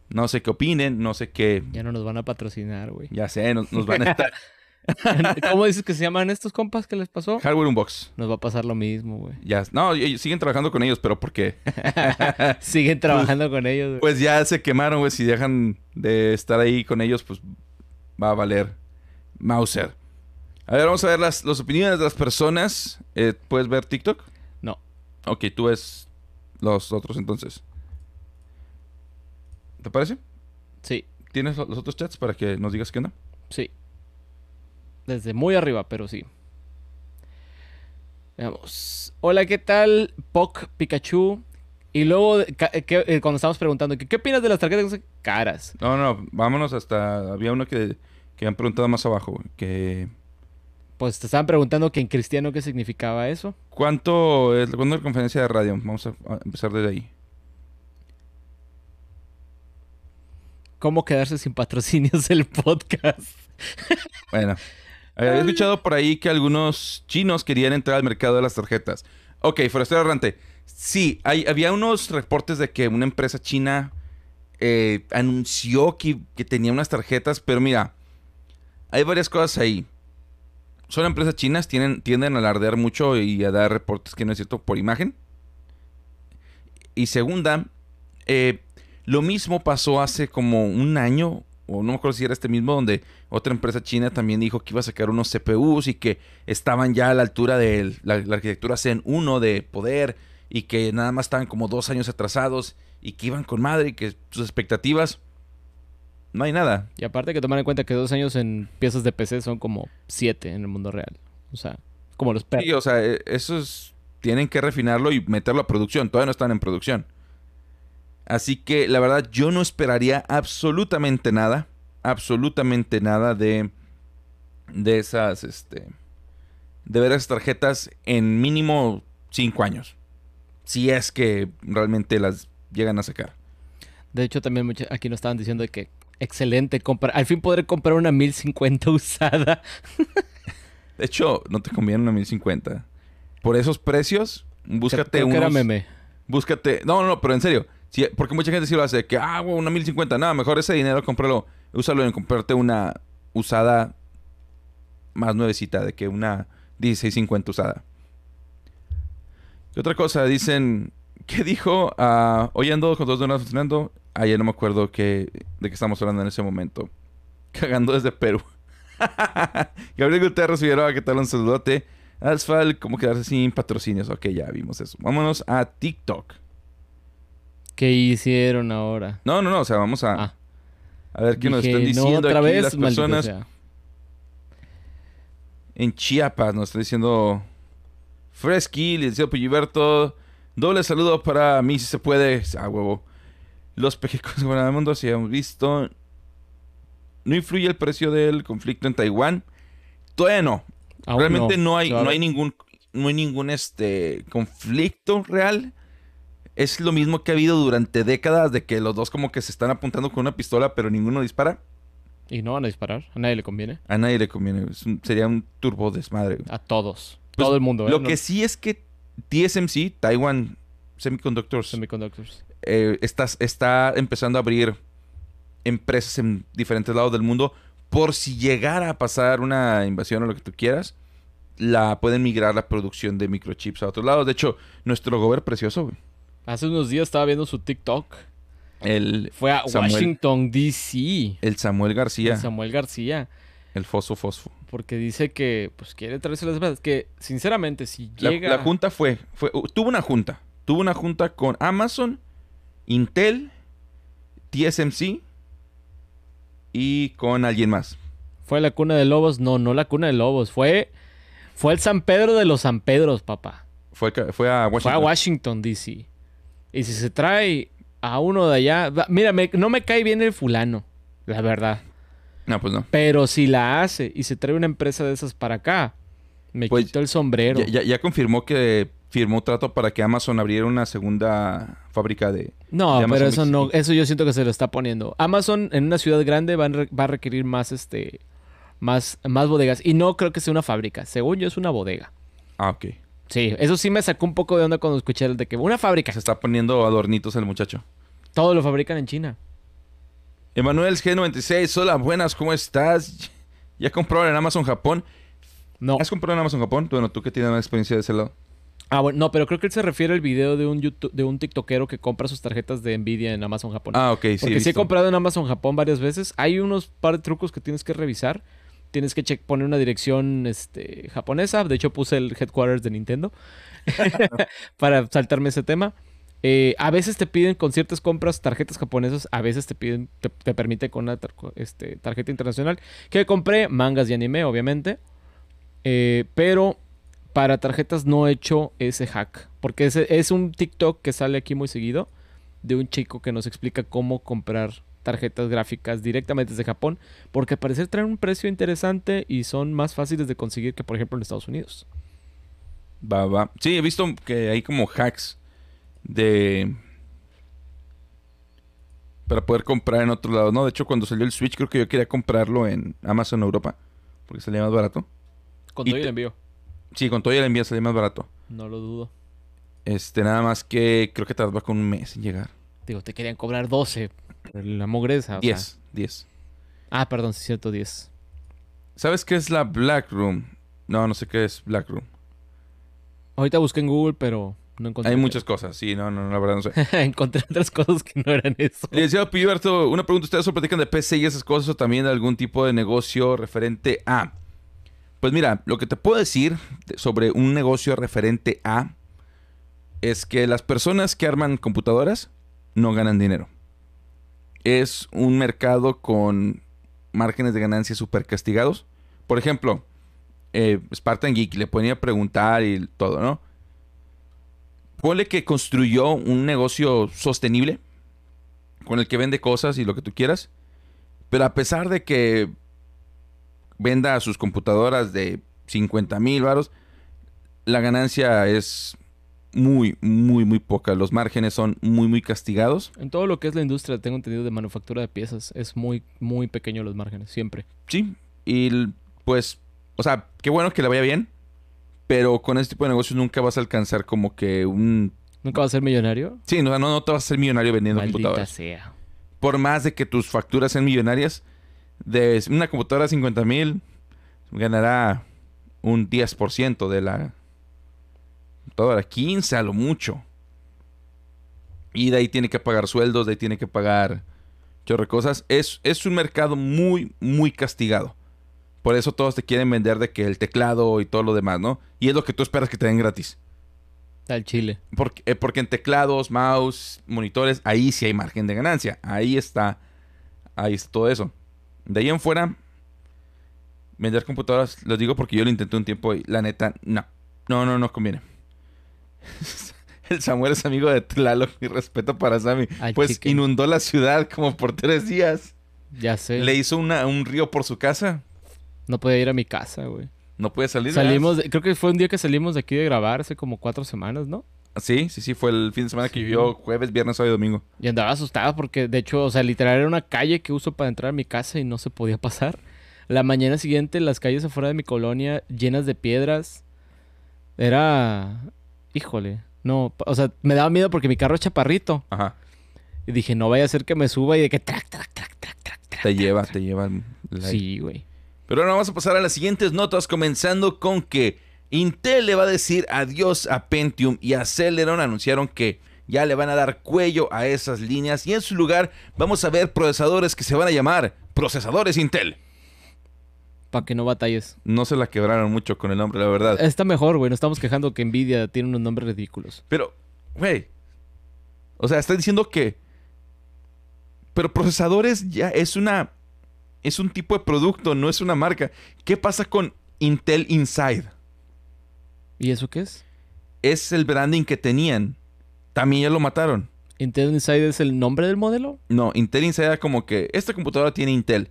No sé qué opinen, no sé qué... Ya no nos van a patrocinar, güey. Ya sé, nos, nos van a estar... ¿Cómo dices que se llaman estos compas que les pasó? Hardware Unbox. Nos va a pasar lo mismo, güey. Ya, no, ellos siguen trabajando con ellos, pero ¿por qué? Siguen trabajando con ellos, güey. Pues ya se quemaron, güey. Si dejan de estar ahí con ellos, pues va a valer Mauser. A ver, vamos a ver las, las opiniones de las personas. Eh, ¿Puedes ver TikTok? No. Ok, tú ves los otros entonces. ¿Te parece? Sí, ¿Tienes lo- los otros chats para que nos digas qué onda? sí. Desde muy arriba, pero sí. Veamos. Hola, ¿qué tal? Poc Pikachu. Y luego, ca- eh, que- eh, cuando estábamos preguntando, que, ¿qué opinas de las tarjetas caras? No, no, vámonos hasta... Había uno que, que han preguntado más abajo, güey, que... Pues te estaban preguntando que en cristiano qué significaba eso. ¿Cuánto es, ¿cuándo es la conferencia de radio? Vamos a, a empezar desde ahí. ¿Cómo quedarse sin patrocinios del podcast? Bueno, había escuchado por ahí que algunos chinos querían entrar al mercado de las tarjetas. Ok, Forastero Errante. Sí, hay, había unos reportes de que una empresa china eh, anunció que, que tenía unas tarjetas, pero mira, hay varias cosas ahí. Son empresas chinas, tienen, tienden a alardear mucho y a dar reportes que no es cierto por imagen. Y segunda, eh, lo mismo pasó hace como un año, o no me acuerdo si era este mismo, donde otra empresa china también dijo que iba a sacar unos C P Us y que estaban ya a la altura de la, la arquitectura Zen uno de poder y que nada más estaban como dos años atrasados y que iban con madre y que sus expectativas... No hay nada. Y aparte hay que tomar en cuenta que dos años en piezas de P C son como siete en el mundo real. O sea, como los perros. Sí, o sea, eh, esos tienen que refinarlo y meterlo a producción. Todavía no están en producción. Así que la verdad yo no esperaría absolutamente nada. Absolutamente nada de, de esas, este... De ver esas tarjetas en mínimo cinco años. Si es que realmente las llegan a sacar. De hecho, también mucha- aquí nos estaban diciendo de que excelente compra. Al fin podré comprar una mil cincuenta usada. De hecho, no te conviene una mil cincuenta. Por esos precios, búscate Creo que era unos... meme. Búscate... No, no, no, pero en serio. Sí, porque mucha gente sí lo hace. Que, ah, güey, una mil cincuenta. No, mejor ese dinero cómpralo. Úsalo en comprarte una usada más nuevecita de que una dieciséis cincuenta usada. ¿Qué otra cosa? Dicen... ¿Qué dijo? Ah, hoy ando con dos donas funcionando. Ah, ya no me acuerdo qué, de qué estamos hablando en ese momento. Cagando desde Perú. Gabriel Gutiérrez Figueroa, ¿qué tal? Un saludote. Asfal, ¿cómo quedarse sin patrocinios? Ok, ya vimos eso. Vámonos a TikTok. ¿Qué hicieron ahora? No, no, no. O sea, vamos a, Ah, a ver qué nos dije, están no, diciendo otra aquí vez, las maldito personas. sea. En Chiapas nos está diciendo Fresky, licenciado Pulliberto. Doble saludo para mí si se puede. A huevo. Los pejecos del mundo, si hemos visto. ¿No influye el precio del conflicto en Taiwán? Todavía no. Aún Realmente no, hay, Se va a no ver. hay ningún, no hay ningún este, conflicto real. Es lo mismo que ha habido durante décadas de que los dos como que se están apuntando con una pistola, pero ninguno dispara. Y no van a disparar. A nadie le conviene. A nadie le conviene. Es un- sería un turbo desmadre. A todos. Pues, Todo el mundo. ¿eh? Lo No- que sí es que T S M C, Taiwan Semiconductors, Semiconductors. eh, está, está empezando a abrir empresas en diferentes lados del mundo. Por si llegara a pasar una invasión o lo que tú quieras, la pueden migrar la producción de microchips a otros lados. De hecho, nuestro gobierno precioso, güey. Hace unos días estaba viendo su TikTok. El, Fue a Samuel. Washington, D C el Samuel García, Samuel García. el Fosfo Fosfo. Porque dice que pues quiere traerse las empresas. Que sinceramente, si La, llega. la junta fue, fue, uh, tuvo una junta. Tuvo una junta con Amazon, Intel, T S M C y con alguien más. ¿Fue la cuna de lobos? No, no la cuna de lobos. Fue. Fue el San Pedro de los San Pedros, papá. Fue, ca- fue a Washington. Fue a Washington, D C Y si se trae a uno de allá. va- Mira, me- no me cae bien el fulano. La verdad. No, pues no. Pero si la hace y se trae una empresa de esas para acá, me Pues, quito el sombrero. Ya, ya- ya confirmó que firmó trato para que Amazon abriera una segunda fábrica de... No, de Amazon pero eso Mix- no, eso yo siento que se lo está poniendo. Amazon en una ciudad grande va a, re- va a requerir más este más, más bodegas. Y no creo que sea una fábrica. Según yo es una bodega. Ah, ok. Sí, eso sí me sacó un poco de onda cuando escuché el de que una fábrica. Se está poniendo adornitos el muchacho. Todo lo fabrican en China. Emanuel G noventa y seis, hola, buenas, ¿cómo estás? ¿Ya compraron en Amazon Japón? No. ¿Has comprado en Amazon Japón? Bueno, tú que tienes más experiencia de ese lado. Ah, bueno, no, pero creo que él se refiere al video de un YouTube, de un tiktokero que compra sus tarjetas de Nvidia en Amazon Japón. Ah, ok, sí. Porque sí he comprado en Amazon Japón varias veces. Hay unos par de trucos que tienes que revisar. Tienes que check, poner una dirección este, japonesa. De hecho, puse el headquarters de Nintendo para saltarme ese tema. Eh, a veces te piden con ciertas compras tarjetas japonesas. A veces te piden, te, te permite con una tar este, tarjeta internacional. Que compré mangas y anime, obviamente. Eh, pero para tarjetas no he hecho ese hack. Porque es, es un TikTok que sale aquí muy seguido. De un chico que nos explica cómo comprar tarjetas gráficas directamente desde Japón. Porque al parecer traen un precio interesante y son más fáciles de conseguir que, por ejemplo, en Estados Unidos. Va, va. Sí, he visto que hay como hacks de... para poder comprar en otro lado, ¿no? De hecho, cuando salió el Switch, creo que yo quería comprarlo en Amazon Europa. Porque salía más barato. Con Y todo y te- el envío. Sí, con todo y el envío salía más barato. No lo dudo. Este, nada más que creo que tardaba con un mes en llegar. Digo, te querían cobrar doce por la mugreza. o sea. diez, diez. Ah, perdón, sí es cierto, diez. ¿Sabes qué es la Black Room? No, no sé qué es Black Room. Ahorita busqué en Google, pero no encontré. Hay muchas cosas, sí, no, no, la verdad no sé. Encontré otras cosas que no eran eso. Licenciado Pillarto, una pregunta. ¿Ustedes solo platican de P C y esas cosas o también de algún tipo de negocio referente a? Pues mira, lo que te puedo decir de- sobre un negocio referente a es que las personas que arman computadoras no ganan dinero. Es un mercado con márgenes de ganancia súper castigados. Por ejemplo, eh, Spartan Geek le ponía a preguntar y todo, ¿no? Ponle que construyó un negocio sostenible con el que vende cosas y lo que tú quieras. Pero a pesar de que venda sus computadoras de cincuenta mil varos, la ganancia es muy, muy, muy poca. Los márgenes son muy, muy castigados. En todo lo que es la industria, tengo entendido, de manufactura de piezas, es muy, muy pequeño los márgenes, siempre. Sí, y l- pues, o sea, qué bueno que le vaya bien, pero con este tipo de negocios nunca vas a alcanzar como que un... ¿Nunca va a ser millonario? Sí, no, no, no te vas a ser millonario vendiendo Maldita computadoras. sea. Por más de que tus facturas sean millonarias, de una computadora de cincuenta mil, ganará un diez por ciento de la computadora, quince a lo mucho. Y de ahí tiene que pagar sueldos, de ahí tiene que pagar chorro de cosas. Es, es un mercado muy, muy castigado. Por eso todos te quieren vender de que el teclado y todo lo demás, ¿no? Y es lo que tú esperas que te den gratis. Al chile. Porque, eh, porque en teclados, mouse, monitores, ahí sí hay margen de ganancia. Ahí está. Ahí está todo eso. De ahí en fuera, vender computadoras, los digo porque yo lo intenté un tiempo y la neta, no. No, no, no conviene. El Samuel es amigo de Tlaloc, mi respeto para Sammy. Al Pues chicken. inundó la ciudad como por tres días. Ya sé. Le hizo una- un río por su casa. No podía ir a mi casa, güey. No puede salir. ¿verdad? Salimos, de- creo que fue un día que salimos de aquí de grabar hace como cuatro semanas, ¿no? Sí, sí, sí. Fue el fin de semana que Sí. vivió jueves, viernes, sábado y domingo. Y andaba asustado porque, de hecho, o sea, literal era una calle que uso para entrar a mi casa y no se podía pasar. La mañana siguiente, las calles afuera de mi colonia llenas de piedras. Era... Híjole. No, pa- o sea, me daba miedo porque mi carro es chaparrito. Ajá. Y dije, no vaya a ser que me suba y de que... Trac, trac, trac, trac, trac, trac. Te lleva, te lleva. el aire. Sí, güey. Pero ahora vamos a pasar a las siguientes notas, comenzando con que Intel le va a decir adiós a Pentium y a Celeron anunciaron que ya le van a dar cuello a esas líneas y en su lugar vamos a ver procesadores que se van a llamar procesadores Intel. Para que no batalles. No se la quebraron mucho con el nombre, la verdad. Está mejor, güey. No estamos quejando que Nvidia tiene unos nombres ridículos. Pero, güey, o sea, está diciendo que... Pero procesadores ya es una... Es un tipo de producto, no es una marca. ¿Qué pasa con Intel Inside? ¿Y eso qué es? Es el branding que tenían. También ya lo mataron. ¿Intel Inside es el nombre del modelo? No, Intel Inside era como que esta computadora tiene Intel.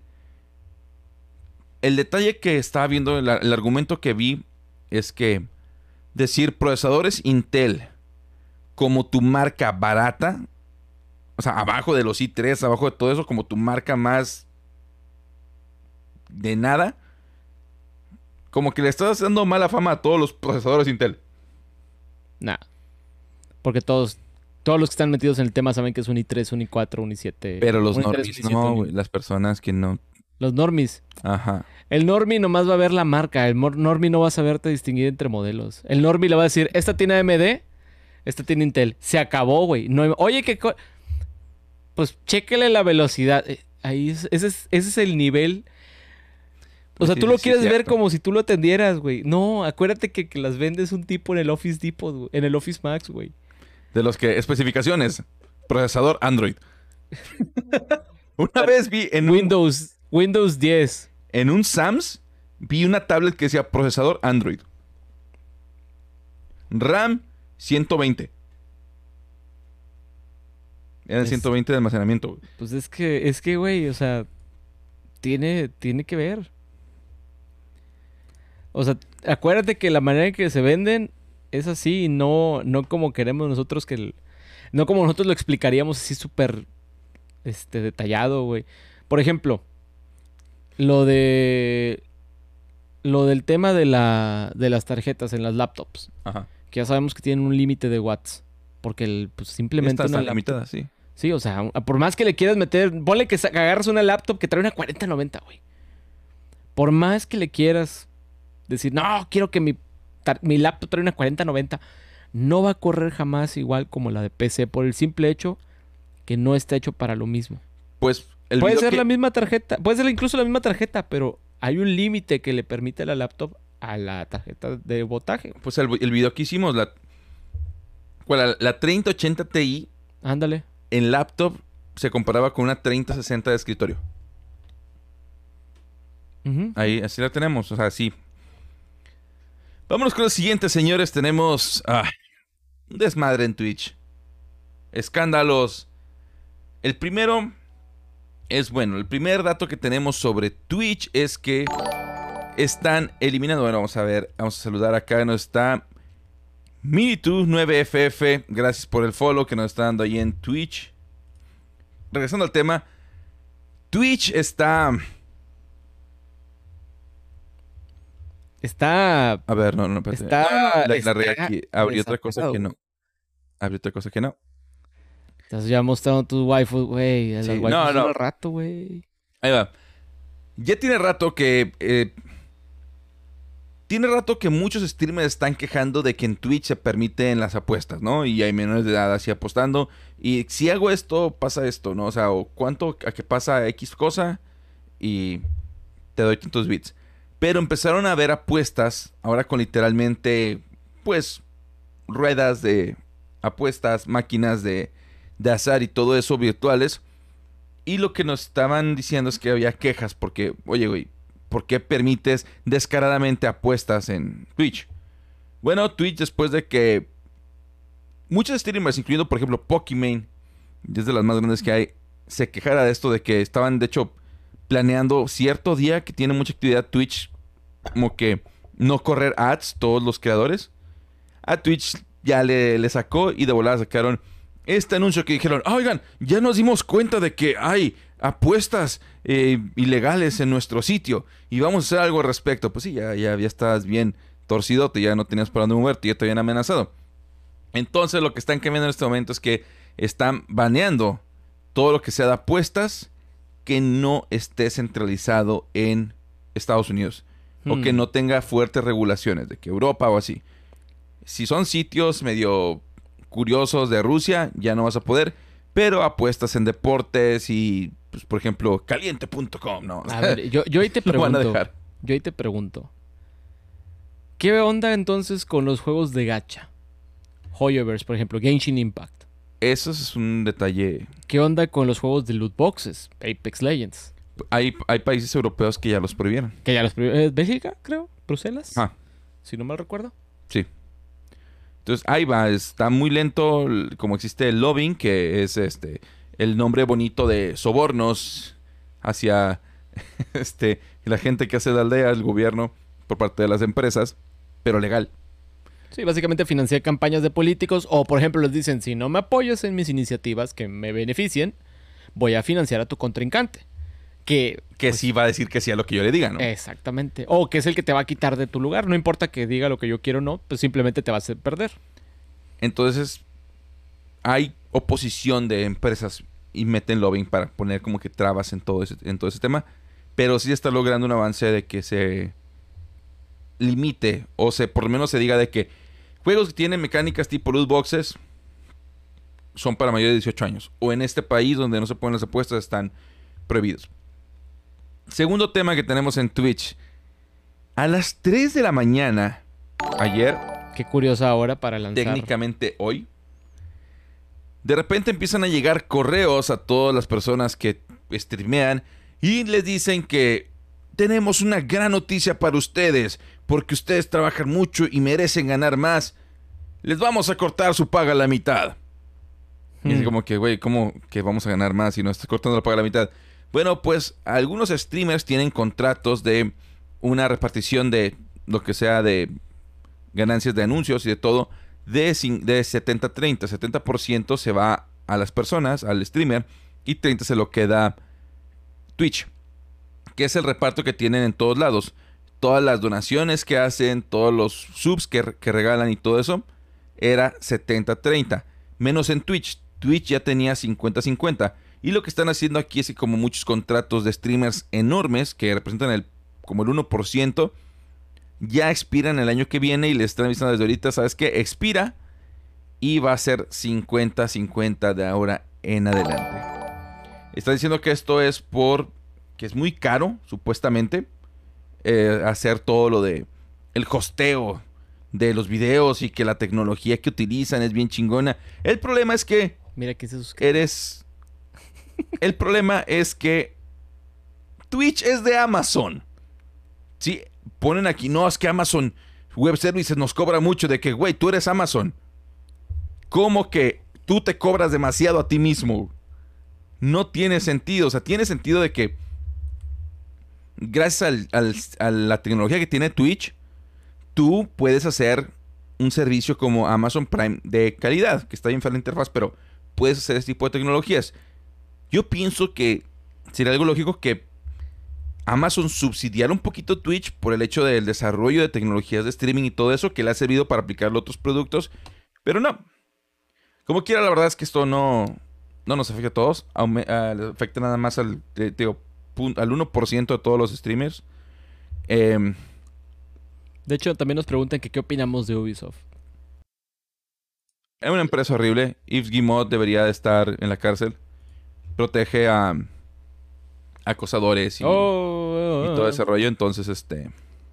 El detalle que estaba viendo, el, el argumento que vi es que decir procesadores Intel como tu marca barata, o sea, abajo de los i tres, abajo de todo eso, como tu marca más de nada, como que le estás dando mala fama a todos los procesadores Intel. Nah. Porque todos Todos los que están metidos en el tema saben que es un i tres, un i cuatro, un i siete. Pero los un i tres, normies un i siete, no, un i- güey. Las personas que no... Los normies. Ajá. El normie nomás va a ver la marca. El mor- normie no va a saberte distinguir entre modelos. El normie le va a decir, esta tiene A M D, esta tiene Intel. Se acabó, güey. No hay- Oye, que... co- Pues chéquele la velocidad. Eh, Ahí es- ese, es, ese es el nivel. O Pues sea, sí, tú lo sí, quieres ver cierto. como si tú lo atendieras, güey. No, acuérdate que, que las vendes un tipo en el Office Depot, güey. En el Office Max, güey. De los que... Especificaciones. Procesador Android. Una vez vi en un, Windows, Windows diez. en un Sam's, vi una tablet que decía procesador Android. RAM ciento veinte. Eran Es- ciento veinte de almacenamiento. Güey. Pues es que, es que, güey, o sea, tiene, tiene que ver. O sea, acuérdate que la manera en que se venden es así, no, no como queremos nosotros que... el- no como nosotros lo explicaríamos así súper este, detallado, güey. Por ejemplo, lo de... Lo del tema de, la, de las tarjetas en las laptops. Ajá. Que ya sabemos que tienen un límite de watts. Porque el, pues, simplemente Esta una está laptop- limitada, sí. Sí, o sea, por más que le quieras meter, ponle que sa- que agarras una laptop que trae una cuarenta noventa, güey. Por más que le quieras decir, no, quiero que mi, tar- mi laptop trae una cuarenta noventa, no va a correr jamás igual como la de P C por el simple hecho que no está hecho para lo mismo. Pues el Puede video ser que- la misma tarjeta, puede ser incluso la misma tarjeta, pero hay un límite que le permite a la laptop a la tarjeta de botaje. Pues el, el video que hicimos, la, ¿cuál? la, la treinta ochenta Ti Ándale. en laptop se comparaba con una treinta sesenta de escritorio. Ujú. Ahí, así la tenemos, o sea, sí. Vámonos con lo siguiente, señores. Tenemos ah, un desmadre en Twitch. Escándalos. El primero es bueno. El primer dato que tenemos sobre Twitch es que están eliminando. Bueno, vamos a ver. Vamos a saludar acá. Nos está Minitu nueve F F. Gracias por el follow que nos está dando ahí en Twitch. Regresando al tema. Twitch está... Está... A ver, no, no, espérate. Está- No, no, no, la, la regué está aquí. Abrí otra cosa desatado. que no. Abrí otra cosa que no. Estás ya mostrando tus waifus, güey. Las Sí, waifus no, son no. al rato, güey. Ahí va. Ya tiene rato que... eh, tiene rato que muchos streamers están quejando de que en Twitch se permiten las apuestas, ¿no? Y hay menores de edad así apostando. Y si hago esto, pasa esto, ¿no? O sea, o cuánto a que pasa X cosa y te doy tantos bits. Pero empezaron a haber apuestas, ahora con literalmente, pues, ruedas de apuestas, máquinas de, de azar y todo eso virtuales. Y lo que nos estaban diciendo es que había quejas porque, oye, güey, ¿por qué permites descaradamente apuestas en Twitch? Bueno, Twitch, después de que muchos streamers, incluyendo por ejemplo Pokimane, desde las más grandes que hay, se quejara de esto, de que estaban de hecho planeando cierto día que tiene mucha actividad Twitch, como que no correr ads todos los creadores. A Twitch ya le, le sacó y de volada sacaron este anuncio que dijeron, "Ah, oigan, ya nos dimos cuenta de que hay apuestas eh, ilegales en nuestro sitio y vamos a hacer algo al respecto." Pues sí, ya, ya, ya estás bien torcidote, ya no tenías por dónde moverte, ya te habían amenazado. Entonces lo que están cambiando en este momento es que están baneando todo lo que sea de apuestas que no esté centralizado en Estados Unidos. O que Hmm. no tenga fuertes regulaciones, de que Europa o así. Si son sitios medio curiosos de Rusia, ya no vas a poder. Pero apuestas en deportes y, pues, por ejemplo, caliente punto com, ¿no? A ver, yo, yo ahí te Lo van a pregunto. dejar. Yo ahí te pregunto. ¿Qué onda entonces con los juegos de gacha? Hoyoverse, por ejemplo, Genshin Impact. Eso es un detalle. ¿Qué onda con los juegos de loot boxes? Apex Legends. Hay, hay países europeos que ya los prohibieron. Que ya los... pri- eh, Bélgica, creo. Bruselas. Ah, Si no mal recuerdo. sí. Entonces, ahí va. Está muy lento, l- como existe el lobbying, que es este el nombre bonito de sobornos hacia este la gente que hace la aldea, el gobierno, por parte de las empresas, pero legal. Sí, básicamente financia campañas de políticos o, por ejemplo, les dicen, si no me apoyas en mis iniciativas que me beneficien, voy a financiar a tu contrincante. Que... Que sí va a decir que sí a lo que yo le diga, ¿no? Exactamente. O que es el que te va a quitar de tu lugar. No importa que diga lo que yo quiero o no, pues simplemente te va a hacer perder. Entonces, hay oposición de empresas y meten lobbying para poner como que trabas en todo ese, en todo ese tema. Pero sí está logrando un avance de que se limite, o se por lo menos se diga de que juegos que tienen mecánicas tipo loot boxes son para mayores de dieciocho años. O en este país donde no se ponen las apuestas están prohibidos. Segundo tema que tenemos en Twitch. A las tres de la mañana, ayer, Qué curiosa hora para lanzar. técnicamente hoy, de repente empiezan a llegar correos a todas las personas que streamean y les dicen que tenemos una gran noticia para ustedes, porque ustedes trabajan mucho y merecen ganar más. Les vamos a cortar su paga a la mitad. Y es como que, güey, ¿cómo que vamos a ganar más si no estás cortando la paga a la mitad? Bueno, pues algunos streamers tienen contratos de una repartición de lo que sea de ganancias de anuncios y de todo de, de setenta treinta. setenta por ciento se va a las personas, al streamer, y treinta por ciento se lo queda Twitch, que es el reparto que tienen en todos lados. Todas las donaciones que hacen, todos los subs que, que regalan y todo eso, era setenta treinta. Menos en Twitch. Twitch ya tenía cincuenta cincuenta. Y lo que están haciendo aquí es que como muchos contratos de streamers enormes, que representan el, como el uno por ciento, ya expiran el año que viene y les están avisando desde ahorita, ¿sabes qué? Expira y va a ser cincuenta cincuenta de ahora en adelante. Está diciendo que esto es por... que es muy caro, supuestamente, eh, hacer todo lo de el hosteo de los videos y que la tecnología que utilizan es bien chingona. El problema es que Mira quién se suscribe. eres... El problema es que Twitch es de Amazon. Sí, ponen aquí, no, es que Amazon Web Services nos cobra mucho, de que, güey, tú eres Amazon. ¿Cómo que tú te cobras demasiado a ti mismo? No tiene sentido. O sea, tiene sentido de que gracias al, al, a la tecnología que tiene Twitch, tú puedes hacer un servicio como Amazon Prime de calidad, que está bien fea la interfaz, pero puedes hacer ese tipo de tecnologías. Yo pienso que sería algo lógico que Amazon subsidiara un poquito Twitch por el hecho del desarrollo de tecnologías de streaming y todo eso que le ha servido para aplicarlo a otros productos, pero no. Como quiera, la verdad es que esto no, no nos afecta a todos, Aume uh, afecta nada más al, eh, digo, al uno por ciento de todos los streamers. Eh, De hecho, también nos preguntan que qué opinamos de Ubisoft. Es una empresa horrible. Yves Guillemot debería de estar en la cárcel. Protege a acosadores y, oh, oh, oh, y todo ese rollo. Entonces, este...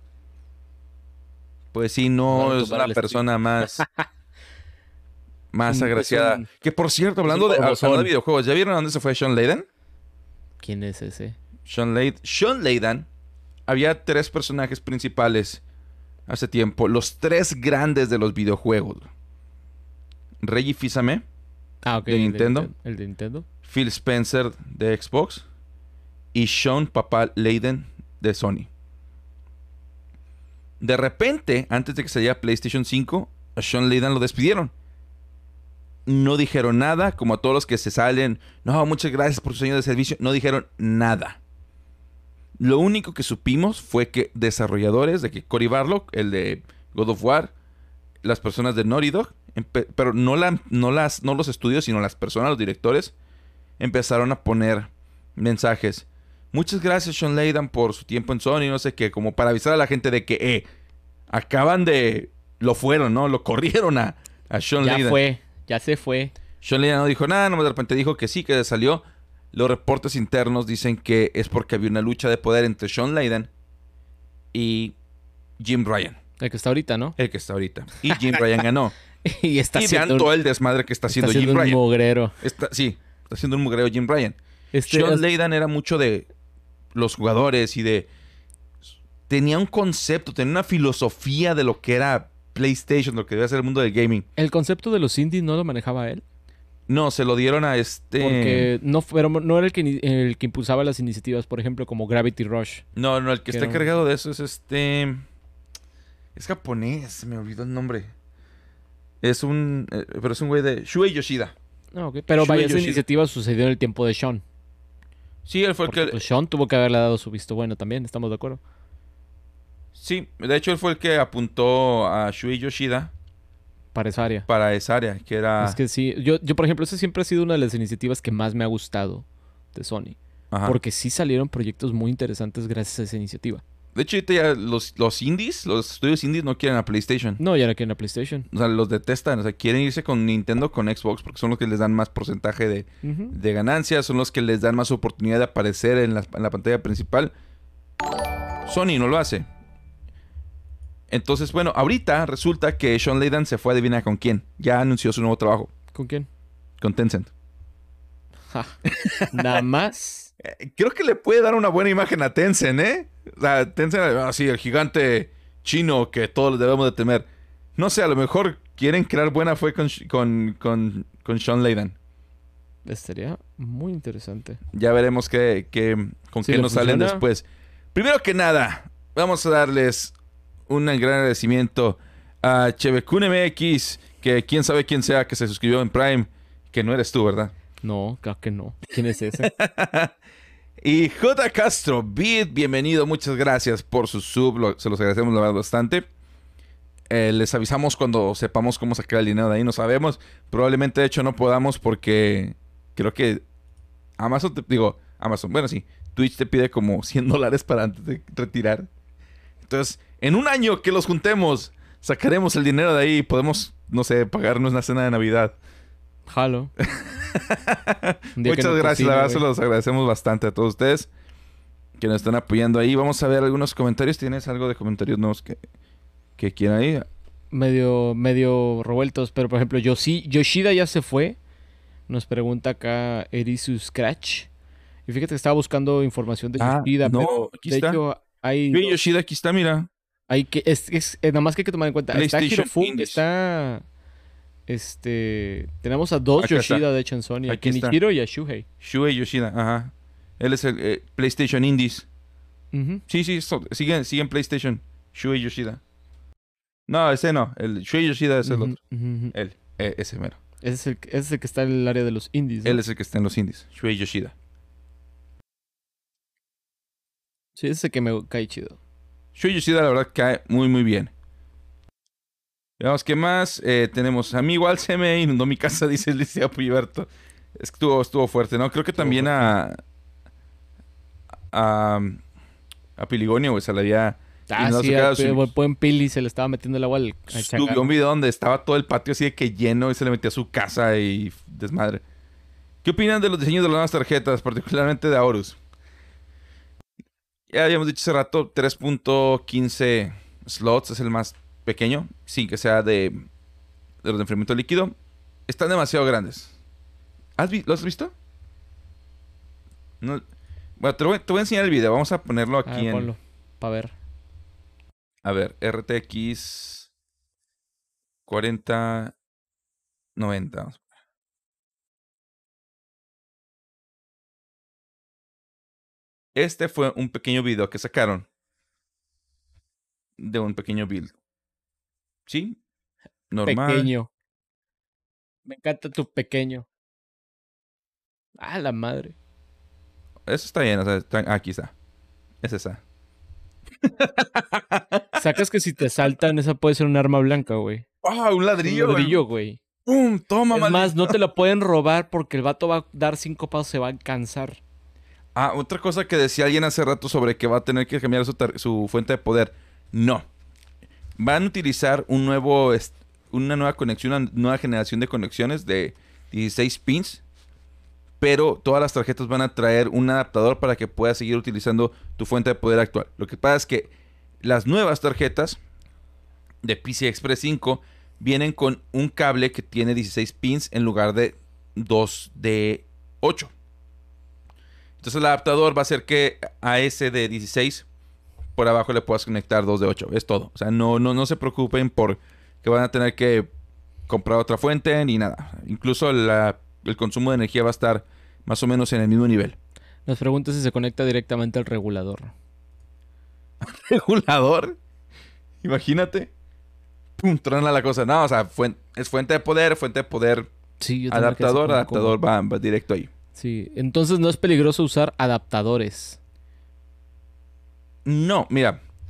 pues sí, no Bueno, es una persona más... más Un- agraciada. es un- Que por cierto, hablando de, bombozón. hablando de videojuegos, ¿ya vieron a dónde se fue Sean Layden? ¿Quién es ese? Sean Layden. Sean Layden. Había tres personajes principales hace tiempo. Los tres grandes de los videojuegos. Reggie Fils-Aimé, Ah, ok. ¿De el Nintendo? Ninten- El de Nintendo. Phil Spencer de Xbox y Sean Papá Layden de Sony. De repente, antes de que saliera PlayStation cinco, a Sean Layden lo despidieron. No dijeron nada, como a todos los que se salen. No, muchas gracias por su año de servicio. No dijeron nada. Lo único que supimos fue que desarrolladores, de que Cory Barlog, el de God of War, las personas de Naughty Dog, pero no, la, no, las, no los estudios, sino las personas, los directores, empezaron a poner mensajes. Muchas gracias, Sean Layden, por su tiempo en Sony, no sé qué, como para avisar a la gente de que, eh, acaban de... Lo fueron, ¿no? Lo corrieron a, a Sean Ya Layden. fue. Ya se fue. Sean Layden no dijo nada, nomás de repente dijo que sí, que salió. Los reportes internos dicen que es porque había una lucha de poder entre Sean Layden y Jim Ryan, El que está ahorita, ¿no? el que está ahorita. Y Jim Ryan ganó. y está Y haciendo vean un, todo el desmadre que está está haciendo haciendo Jim un Ryan. mugrero. Está, sí, está haciendo un mugreo Jim Ryan. Este, Sean es- Layden era mucho de los jugadores y de... Tenía un concepto, tenía una filosofía de lo que era PlayStation, lo que debe ser el mundo del gaming. el concepto de los indies no lo manejaba él. No, se lo dieron a este... Porque no, pero no era el que, ini- el que impulsaba las iniciativas, por ejemplo, como Gravity Rush. No, no, el que que está no. encargado de eso es este... Es japonés, se me olvidó el nombre. Es un... eh, pero es un güey de... Shuei Yoshida. Ah, ok. Pero vaya, Shuei esa Yoshida. iniciativa sucedió en el tiempo de Sean. Sí, él fue el Porque, que... pues, Sean tuvo que haberle dado su visto bueno también, ¿estamos de acuerdo? Sí, de hecho él fue el que apuntó a Shuei Yoshida para esa área. para esa área, que era... Es que sí, yo, yo por ejemplo, esa siempre ha sido una de las iniciativas que más me ha gustado de Sony. Ajá. Porque sí salieron proyectos muy interesantes gracias a esa iniciativa. De hecho, ahorita ya los, los indies, los estudios indies no quieren a PlayStation. No, ya era que en la PlayStation. O sea, los detestan. O sea, quieren irse con Nintendo, con Xbox, porque son los que les dan más porcentaje de, Ujú. de ganancias, son los que les dan más oportunidad de aparecer en la, en la pantalla principal. Sony no lo hace. Entonces, bueno, ahorita resulta que Sean Layden se fue, adivina con quién. Ya anunció su nuevo trabajo, ¿Con quién? con Tencent. Ja. Nada más. Eh, Creo que le puede dar una buena imagen a Tencent, ¿eh? O sea, Tencent, así, el gigante chino que todos debemos de temer. No sé, a lo mejor quieren crear buena fe con, con, con, con Sean Layden. Estaría muy interesante. Ya veremos qué, qué, con Si qué le nos salen funciona. después. Primero que nada, vamos a darles un gran agradecimiento a Chevecun M X, que quién sabe quién sea que se suscribió en Prime, que no eres tú, ¿verdad? No, claro que no. ¿Quién es ese? Y J. Castro, Beat, bienvenido, muchas gracias por su sub, lo- se los agradecemos la verdad bastante. Eh, les avisamos cuando sepamos cómo sacar el dinero de ahí, no sabemos. Probablemente de hecho no podamos porque creo que Amazon, te, digo, Amazon, bueno sí, Twitch te pide como cien dólares para antes de retirar. Entonces, en un año que los juntemos, sacaremos el dinero de ahí y podemos, no sé, pagarnos una cena de Navidad. Jalo. Un día que Muchas no gracias, la cocine, verdad se güey. los agradecemos bastante a todos ustedes que nos están apoyando ahí. Vamos a ver algunos comentarios. ¿Tienes algo de comentarios nuevos que, que quieran ahí? Medio, medio revueltos, pero por ejemplo, Yoshi, Yoshida ya se fue. Nos pregunta acá Erisu Scratch. Y fíjate que estaba buscando información de Ah, Yoshida, no, pero aquí de está. hecho hay, Oye, Yoshida, aquí está, mira. hay que es, es- eh, nada más que hay que tomar en cuenta. Está PlayStation Hirofun, Indies. está este, tenemos a dos Acá está. Yoshida de hecho en Sony, a Aquí está. Kenichiro y a Shuhei. Shuei Yoshida, ajá. Él es el eh, PlayStation Indies. Ujú. Sí, sí, so- sigue, sigue en PlayStation. Shuei Yoshida. No, ese no. El Shuei Yoshida es el Ujú, otro. ujú, ujú. Él, eh, ese mero. Ese es el, ese es el que está en el área de los indies, ¿no? Él es el que está en los indies. Shuei Yoshida. Sí, ese es el que me cae chido. Shuei Yoshida, la verdad, cae muy, muy bien. Veamos qué más. Eh, tenemos a mí igual se me inundó mi casa, dice el Liceo Puyiberto. Es que estuvo, estuvo fuerte, ¿no? Creo que Estuvo también a, a. A Piligonio, güey, se le había. Ah, inundado sí, su casa. al Su- buen- buen Pili se le estaba metiendo el agua al, al Subió changarro. un video donde estaba todo el patio así de que lleno y se le metía a su casa y f- desmadre. ¿Qué opinan de los diseños de las nuevas tarjetas, particularmente de Aorus? Ya habíamos dicho hace rato, tres punto quince slots es el más pequeño, sin que sea de, de los de enfriamiento líquido. Están demasiado grandes. ¿Has vi- ¿Lo has visto? No. Bueno, te, lo voy, te voy a enseñar el video. Vamos a ponerlo Ah, aquí en... ponlo, para ver. A ver, R T X cuarenta noventa. Vamos. Este fue un pequeño video que sacaron de un pequeño build. ¿Sí? Normal. Pequeño. Me encanta tu pequeño. Ah, la madre. Eso está bien. O sea, está- aquí está. Es esa. Sacas que si te saltan, esa puede ser un arma blanca, güey. ¡Ah! un Un ladrillo. güey. ladrillo, güey. ¡Pum! Toma, Es maldito. más, no te la pueden robar porque el vato va a dar cinco pasos, se va a cansar. Ah, otra cosa que decía alguien hace rato sobre que va a tener que cambiar su, tar- su fuente de poder. No. Van a utilizar un nuevo, est- una nueva conexión, una nueva generación de conexiones de dieciséis pins. Pero todas las tarjetas van a traer un adaptador para que puedas seguir utilizando tu fuente de poder actual. Lo que pasa es que las nuevas tarjetas de P C I Express cinco vienen con un cable que tiene dieciséis pins en lugar de dos de ocho. Entonces el adaptador va a hacer que a ese de dieciséis por abajo le puedas conectar dos de ocho. Es todo. O sea, no, no, no se preocupen por que van a tener que comprar otra fuente ni nada. Incluso la- el consumo de energía va a estar más o menos en el mismo nivel. Nos pregunta si se conecta directamente al regulador. ¿Regulador? Imagínate. Pum, trona la cosa. No, o sea, fuen- es fuente de poder, fuente de poder. Sí, yo también me quedé así Adaptador, como- adaptador va, va directo ahí. Sí, entonces no es peligroso usar adaptadores. No, mira.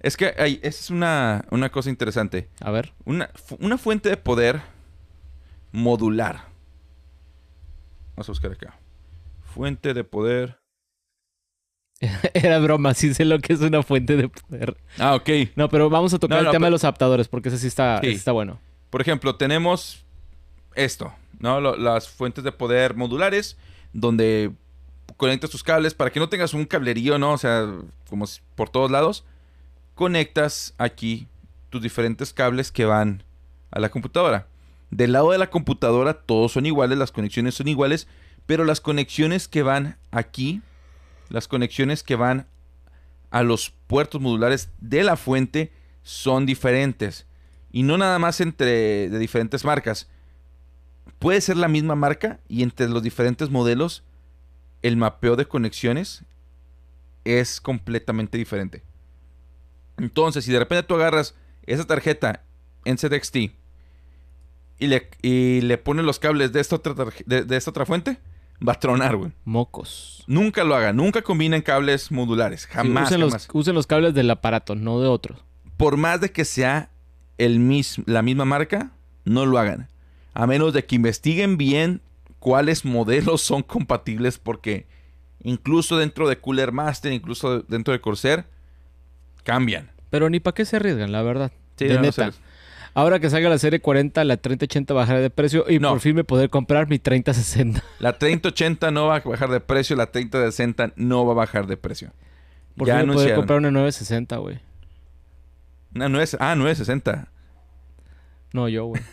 Es que hay, es una, una cosa interesante. A ver. Una, fu- una fuente de poder modular. Vamos a buscar acá. Fuente de poder. Era broma, sí sé lo que es una fuente de poder. Ah, ok. No, pero vamos a tocar No, el no, tema pero- de los adaptadores, porque ese sí está, Sí. ese está bueno. Por ejemplo, tenemos esto, ¿no? Lo- las fuentes de poder modulares, donde conectas tus cables para que no tengas un cablerío, ¿no? O sea, como si- por todos lados. Conectas aquí tus diferentes cables que van a la computadora. Del lado de la computadora todos son iguales, las conexiones son iguales, pero las conexiones que van aquí, las conexiones que van a los puertos modulares de la fuente son diferentes. Y no nada más entre de diferentes marcas. Puede ser la misma marca y entre los diferentes modelos el mapeo de conexiones es completamente diferente. Entonces, si de repente tú agarras esa tarjeta N Z X T y le, y le pones los cables de esta otra, tarje- de, de esta otra fuente, va a tronar, güey. Mocos. Nunca lo hagan. Nunca combinen cables modulares. Sí, Jamás, usen, jamás. los, usen los cables del aparato, no de otros. Por más de que sea el mis- la misma marca, no lo hagan. A menos de que investiguen bien cuáles modelos son compatibles, porque incluso dentro de Cooler Master, incluso dentro de Corsair, cambian. Pero ni para qué se arriesgan, la verdad. Sí, de no, no neta. sé. Ahora que salga la serie cuarenta, la treinta ochenta bajará de precio y No. por fin me poder comprar mi treinta sesenta. La treinta ochenta no va a bajar de precio, la treinta sesenta no va a bajar de precio. Por Ya fin me poder anunciaron. comprar una nueve sesenta, güey. Una nueve- ah, nueve sesenta. No, yo, güey.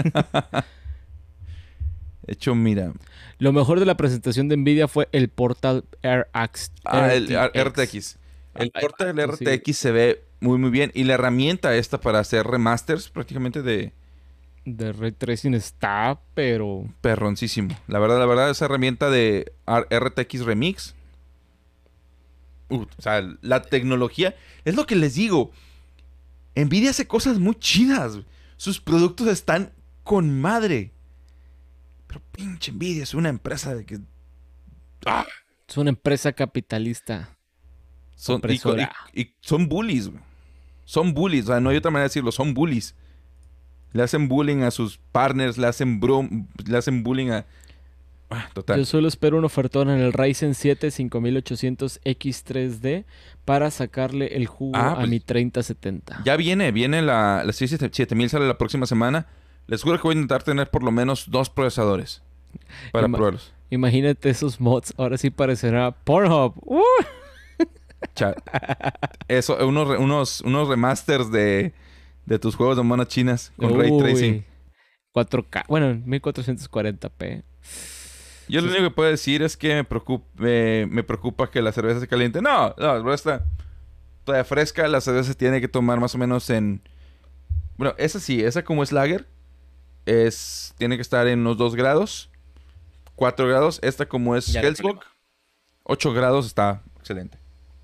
De hecho, mira. Lo mejor de la presentación de Nvidia fue el Portal R X. Ah, el R T X. El Ay, portal del vato, sí. R T X se ve muy, muy bien. Y la herramienta esta para hacer remasters prácticamente de De Ray Tracing está, pero... perroncísimo. La verdad, la verdad, esa herramienta de R- RTX Remix. uh, o sea, la tecnología. Es lo que les digo. Nvidia hace cosas muy chidas. Sus productos están con madre. Pero pinche Nvidia es una empresa de que. ¡Ah! Es una empresa capitalista. Son, y, Opresora. y- y son bullies, güey. Son bullies, o sea, no hay otra manera de decirlo, son bullies. Le hacen bullying a sus partners, le hacen, bro, le hacen bullying a... Ah, total. Yo solo espero un ofertón en el Ryzen siete cinco mil ochocientos X tres D para sacarle el jugo Ah, a pues, mi treinta setenta. Ya viene, viene la, la serie siete mil, sale la próxima semana. Les juro que voy a intentar tener por lo menos dos procesadores para Ima- probarlos. Imagínate esos mods. Ahora sí parecerá Pornhub. ¡Uh! Cha- Eso, unos, re- unos, unos remasters de, de tus juegos de monas chinas con Ray Uy. Tracing. cuatro K. Bueno, mil cuatrocientos cuarenta p. Yo lo único que puedo decir es que me preocupa, me, me preocupa que la cerveza se caliente. No, no, la verdad está todavía fresca. La cerveza se tiene que tomar más o menos en... Bueno, esa sí, esa como es lager, es, tiene que estar en unos dos grados, cuatro grados. Esta como es Ya le Hellsbock, ocho grados, está excelente.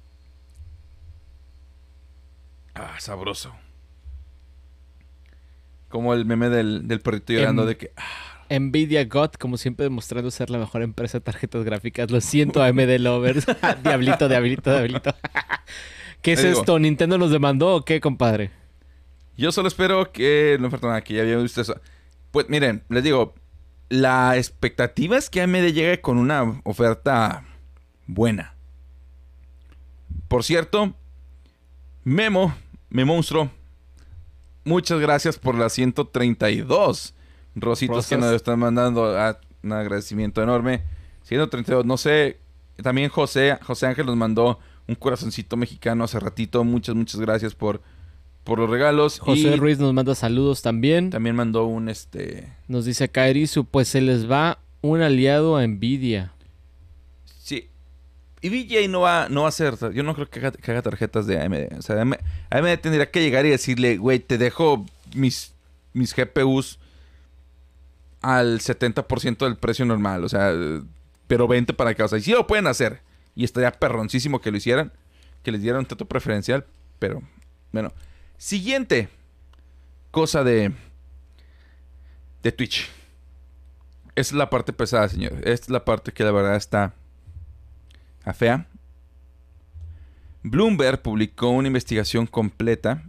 Ah, sabroso. Como el meme del, del perrito llorando Em- de que... ah, Nvidia God, como siempre, demostrando ser la mejor empresa de tarjetas gráficas. Lo siento, A M D Lovers. diablito, diablito, diablito. ¿Qué es Te digo. esto? ¿Nintendo nos demandó o qué, compadre? Yo solo espero que... No falta nada, que ya había visto eso. Pues miren, les digo, la expectativa es que A M D llegue con una oferta buena. Por cierto, Memo, me monstruo, muchas gracias por las ciento treinta y dos rositas que Rosas. nos están mandando. Ah, un agradecimiento enorme. ciento treinta y dos, no sé. También José, José Ángel nos mandó un corazoncito mexicano hace ratito. Muchas, muchas gracias por, por los regalos. José y Ruiz nos manda saludos también. también mandó un este. Nos dice acá Erizu, pues se les va un aliado a Nvidia. Sí. Y V J no va, no va a hacer. Yo no creo que haga, que haga tarjetas de A M D. O sea, A M D, A M D tendría que llegar y decirle, güey, te dejo mis, mis G P Us al setenta por ciento del precio normal. O sea, pero vente para acá. O sea, y sí lo pueden hacer. Y estaría perroncísimo que lo hicieran. Que les dieran un trato preferencial. Pero, bueno. Siguiente cosa de, de Twitch. Esa es la parte pesada, señor. Esta es la parte que la verdad está a fea. Bloomberg publicó una investigación completa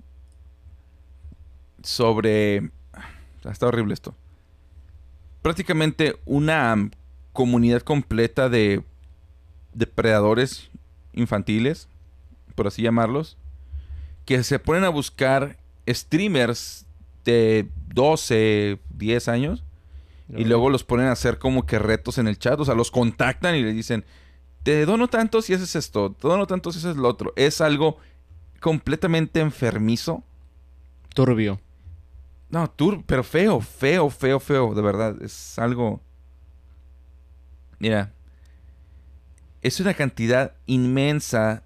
sobre... Está horrible esto. Prácticamente una comunidad completa de depredadores infantiles, por así llamarlos, que se ponen a buscar streamers de doce, diez años no. Y luego los ponen a hacer como que retos en el chat. O sea, los contactan y le dicen, te dono tanto si haces esto, te dono tanto si haces lo otro. Es algo completamente enfermizo. Turbio. No, turbio, pero feo, feo, feo, feo, de verdad. Es algo... Mira, es una cantidad inmensa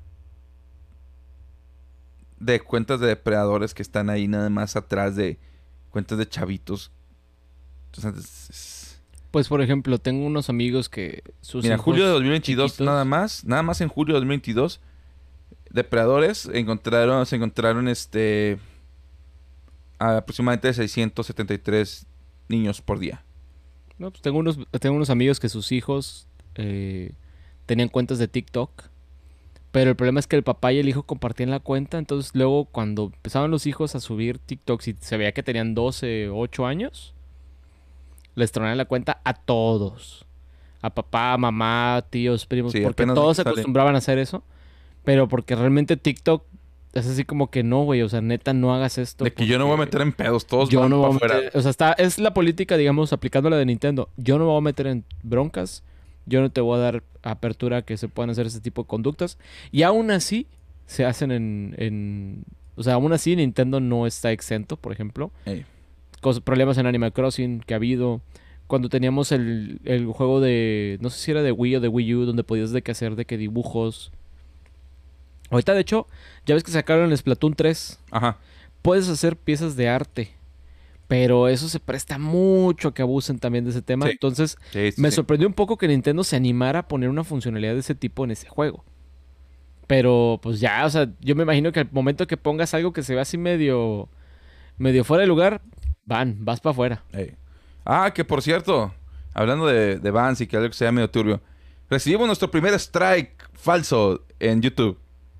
de cuentas de depredadores que están ahí nada más atrás de cuentas de chavitos. Entonces, es... Pues, por ejemplo, tengo unos amigos que sus Mira, hijos julio de dos mil veintidós chiquitos... nada más, nada más en julio de dos mil veintidós, depredadores encontraron, se encontraron este aproximadamente seiscientos setenta y tres niños por día. No, pues tengo unos, tengo unos amigos que sus hijos eh, tenían cuentas de TikTok. Pero el problema es que el papá y el hijo compartían la cuenta. Entonces luego cuando empezaban los hijos a subir TikToks y se veía que tenían doce, ocho años, les tronaban la cuenta a todos. A papá, mamá, tíos, primos. Sí, porque todos se sale. acostumbraban a hacer eso. Pero porque realmente TikTok es así como que no, güey. O sea, neta, no hagas esto. De que yo no voy a meter en pedos. Todos yo van no para afuera. O sea, está, es la política, digamos, aplicando la de Nintendo. Yo no me voy a meter en broncas. Yo no te voy a dar apertura a que se puedan hacer ese tipo de conductas. Y aún así, se hacen en... en o sea, aún así Nintendo no está exento, por ejemplo. Hey. Cos problemas en Animal Crossing que ha habido. Cuando teníamos el, el juego de... No sé si era de Wii o de Wii U, donde podías de que hacer de que dibujos. Ahorita, de hecho, ya ves que sacaron el Splatoon tres. Ajá. Puedes hacer piezas de arte. Pero eso se presta mucho a que abusen también de ese tema. Sí. Entonces, sí, sí, me sí. sorprendió un poco que Nintendo se animara a poner una funcionalidad de ese tipo en ese juego. Pero, pues ya, o sea, yo me imagino que al momento que pongas algo que se ve así medio... medio fuera de lugar, van, vas para afuera. Hey. Ah, que por cierto, hablando de, de bans y que algo que sea medio turbio, recibimos nuestro primer strike falso en YouTube.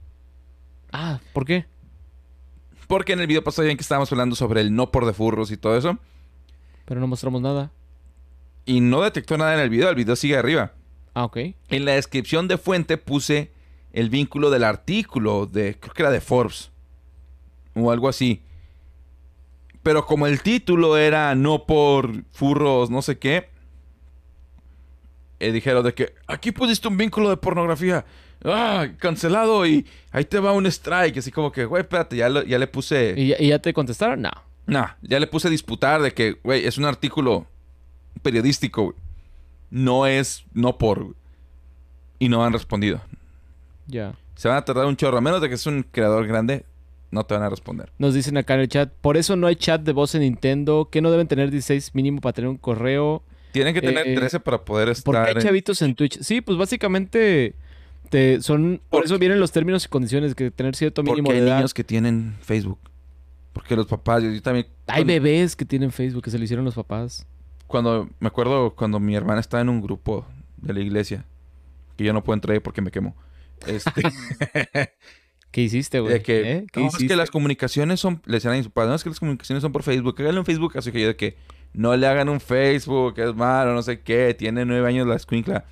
Ah, ¿por qué? Porque en el video pasado ya en que estábamos hablando sobre el no por de furros y todo eso. Pero no mostramos nada. Y no detectó nada en el video. El video sigue arriba. Ah, ok. En la descripción de fuente puse el vínculo del artículo de... Creo que era de Forbes. O algo así. Pero como el título era no por furros no sé qué. Eh, dijeron de que... Aquí pusiste un vínculo de pornografía. ¡Ah! Cancelado y ahí te va un strike. Así como que, güey, espérate, ya, lo, ya le puse... ¿Y, ¿Y ya te contestaron? No. No, ya le puse a disputar de que, güey, es un artículo periodístico, güey. No es, no por, güey. Y no han respondido. Ya. Yeah. Se van a tardar un chorro. A menos de que es un creador grande, no te van a responder. Nos dicen acá en el chat, por eso no hay chat de voz en Nintendo, que no deben tener dieciséis mínimo para tener un correo. Tienen que tener eh, trece para poder estar... Porque hay chavitos en Twitch. Sí, pues básicamente... Te son por, por eso vienen los términos y condiciones, que tener cierto mínimo de edad. Porque hay niños que tienen Facebook. Porque los papás, yo, yo también... Hay cuando, bebés que tienen Facebook, que se lo hicieron los papás. Cuando, me acuerdo cuando mi hermana estaba en un grupo de la iglesia, que yo no puedo entrar ahí porque me quemo. Este... ¿Qué hiciste, güey? Que, ¿Eh? ¿Qué no, hiciste? Es que las comunicaciones son... Le decían a mis padres, no, es que las comunicaciones son por Facebook. Háganle un Facebook. Así que yo de que no le hagan un Facebook, es malo, no sé qué. Tiene nueve años la escuincla.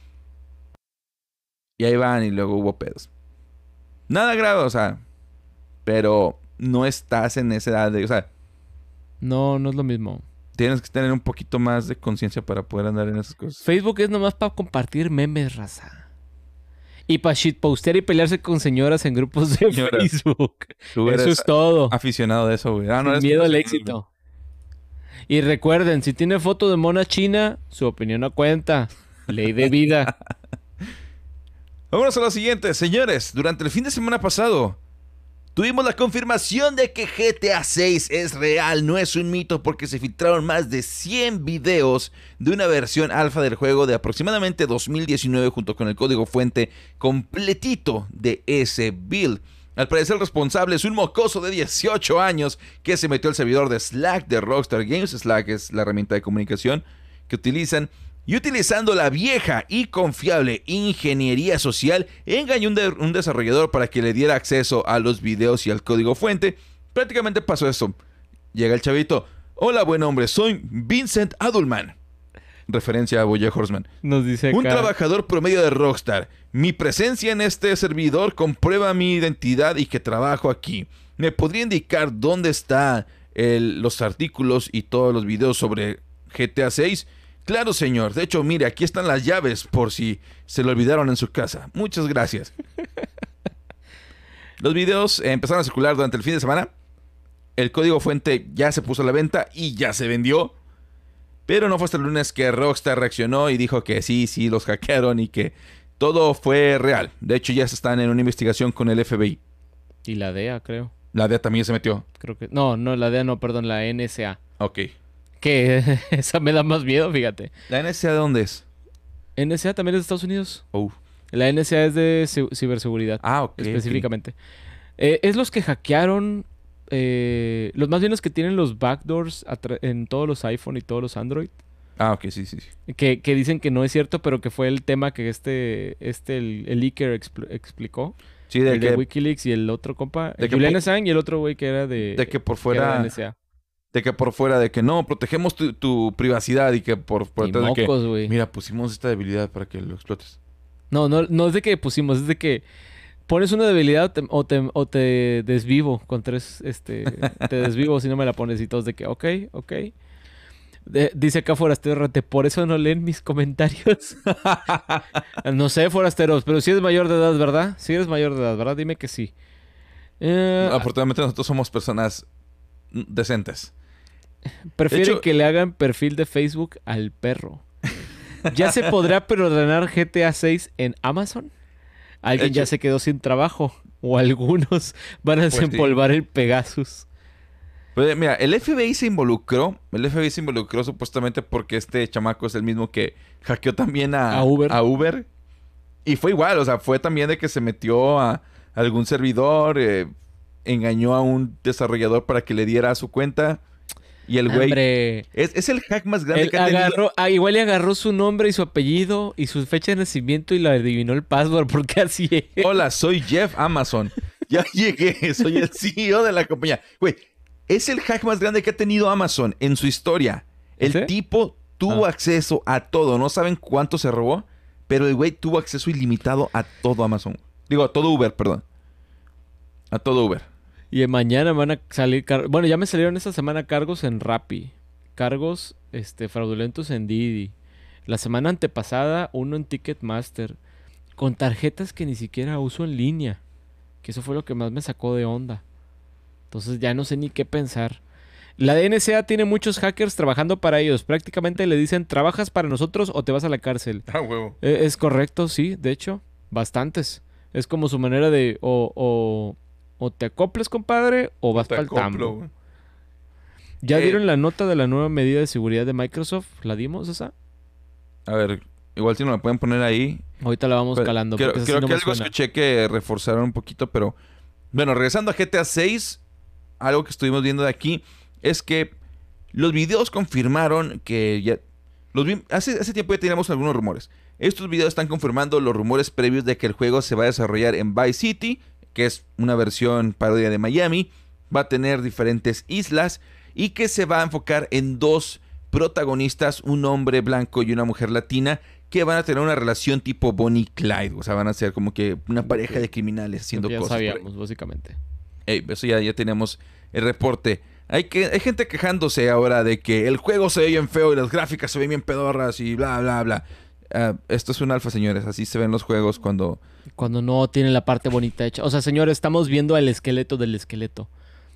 Y ahí van y luego hubo pedos. Nada grave, o sea. Pero no estás en esa edad de... O sea... No, no es lo mismo. Tienes que tener un poquito más de conciencia para poder andar en esas cosas. Facebook es nomás para compartir memes, raza. Y para shitpostear y pelearse con señoras en grupos de señoras. Facebook. Eso es todo. Aficionado de eso, güey. Ah, no, miedo al éxito. Y recuerden, si tiene foto de mona china, su opinión no cuenta. Ley de vida. Vámonos a lo siguiente, señores. Durante el fin de semana pasado, tuvimos la confirmación de que G T A seis es real, no es un mito, porque se filtraron más de cien videos de una versión alfa del juego de aproximadamente dos mil diecinueve junto con el código fuente completito de ese build. Al parecer el responsable es un mocoso de dieciocho años que se metió al servidor de Slack de Rockstar Games. Slack es la herramienta de comunicación que utilizan. Y utilizando la vieja y confiable ingeniería social, engañó un, de un desarrollador para que le diera acceso a los videos y al código fuente. Prácticamente pasó esto. Llega el chavito. Hola, buen hombre, soy Vincent Adulman. Referencia a BoJack Horseman. Nos dice acá... Un trabajador promedio de Rockstar. Mi presencia en este servidor comprueba mi identidad y que trabajo aquí. ¿Me podría indicar dónde están los artículos y todos los videos sobre G T A seis? Claro, señor. De hecho, mire, aquí están las llaves por si se lo olvidaron en su casa. Muchas gracias. Los videos eh, empezaron a circular durante el fin de semana. El código fuente ya se puso a la venta y ya se vendió. Pero no fue hasta el lunes que Rockstar reaccionó y dijo que sí, sí, los hackearon y que todo fue real. De hecho, ya están en una investigación con el F B I. Y la D E A, creo. La D E A también se metió. Creo que... No, no, la D E A no, perdón, la N S A. Ok. Que esa me da más miedo, fíjate. ¿La N S A de dónde es? N S A también es de Estados Unidos. Oh. La N S A es de ciberseguridad. Ah, ok. Específicamente. Okay. Eh, es los que hackearon... Eh, los más bien los que tienen los backdoors en todos los iPhone y todos los Android. Ah, ok, sí, sí. sí. Que, que dicen que no es cierto, pero que fue el tema que este, este el, el leaker expl explicó. Sí, de el que... de Wikileaks y el otro compa. De el Julian Assange y el otro güey que era de... De que por fuera... N S A. De que por fuera de que no, protegemos tu, tu privacidad y que por, por detrás de que... Mira, pusimos esta debilidad para que lo explotes. No, no, no es de que pusimos, es de que... Pones una debilidad o te, o te, o te desvivo con tres, este, te desvivo si no me la pones y todos de que, ok, ok. De, dice acá Forastero Rate, por eso no leen mis comentarios. No sé, Forasteros, pero si eres mayor de edad, ¿verdad? Si eres mayor de edad, ¿verdad? Dime que sí. Eh, Afortunadamente nosotros somos personas decentes. Prefieren hecho... que le hagan perfil de Facebook al perro. ¿Ya se podrá preordenar G T A seis en Amazon? Alguien hecho... ya se quedó sin trabajo. O algunos van a pues desempolvar sí. el Pegasus. Pues mira, el F B I se involucró. El F B I se involucró supuestamente porque este chamaco es el mismo que hackeó también a, a, Uber. a Uber. Y fue igual, o sea, fue también de que se metió a algún servidor, eh, engañó a un desarrollador para que le diera su cuenta. Y el güey... Es, es el hack más grande Él que ha agarró, tenido. Ah, igual le agarró su nombre y su apellido y su fecha de nacimiento y le adivinó el password porque así es. Hola, soy Jeff Amazon. Ya llegué, soy el C E O de la compañía. Güey, es el hack más grande que ha tenido Amazon en su historia. El ¿sí? tipo tuvo ah. acceso a todo. No saben cuánto se robó, pero el güey tuvo acceso ilimitado a todo Amazon. Digo, a todo Uber, perdón. A todo Uber. Y mañana van a salir... Bueno, ya me salieron esta semana cargos en Rappi. Cargos este, fraudulentos en Didi. La semana antepasada, uno en Ticketmaster. Con tarjetas que ni siquiera uso en línea. Que eso fue lo que más me sacó de onda. Entonces ya no sé ni qué pensar. La N S A tiene muchos hackers trabajando para ellos. Prácticamente le dicen, ¿trabajas para nosotros o te vas a la cárcel? Ah, huevo. Eh, es correcto, sí. De hecho, bastantes. Es como su manera de... O, o, o te acoples, compadre, o vas para el tambo. ¿Ya eh, vieron la nota de la nueva medida de seguridad de Microsoft? ¿La dimos esa? A ver, igual si no la pueden poner ahí. Ahorita la vamos pero, calando. Creo, creo sí no que algo suena. Escuché que reforzaron un poquito, pero... Bueno, regresando a G T A seis, algo que estuvimos viendo de aquí es que los videos confirmaron que ya... Los vi... hace, hace tiempo ya teníamos algunos rumores. Estos videos están confirmando los rumores previos de que el juego se va a desarrollar en Vice City, que es una versión parodia de Miami, va a tener diferentes islas y que se va a enfocar en dos protagonistas, un hombre blanco y una mujer latina, que van a tener una relación tipo Bonnie y Clyde. O sea, van a ser como que una pareja de criminales haciendo ya cosas. Ya sabíamos, básicamente. Hey, eso ya, ya tenemos el reporte. Hay, que, hay gente quejándose ahora de que el juego se ve bien feo y las gráficas se ven bien pedorras y bla, bla, bla. Uh, esto es un alfa, señores. Así se ven los juegos cuando... Cuando no tienen la parte bonita hecha. O sea, señores, estamos viendo el esqueleto del esqueleto.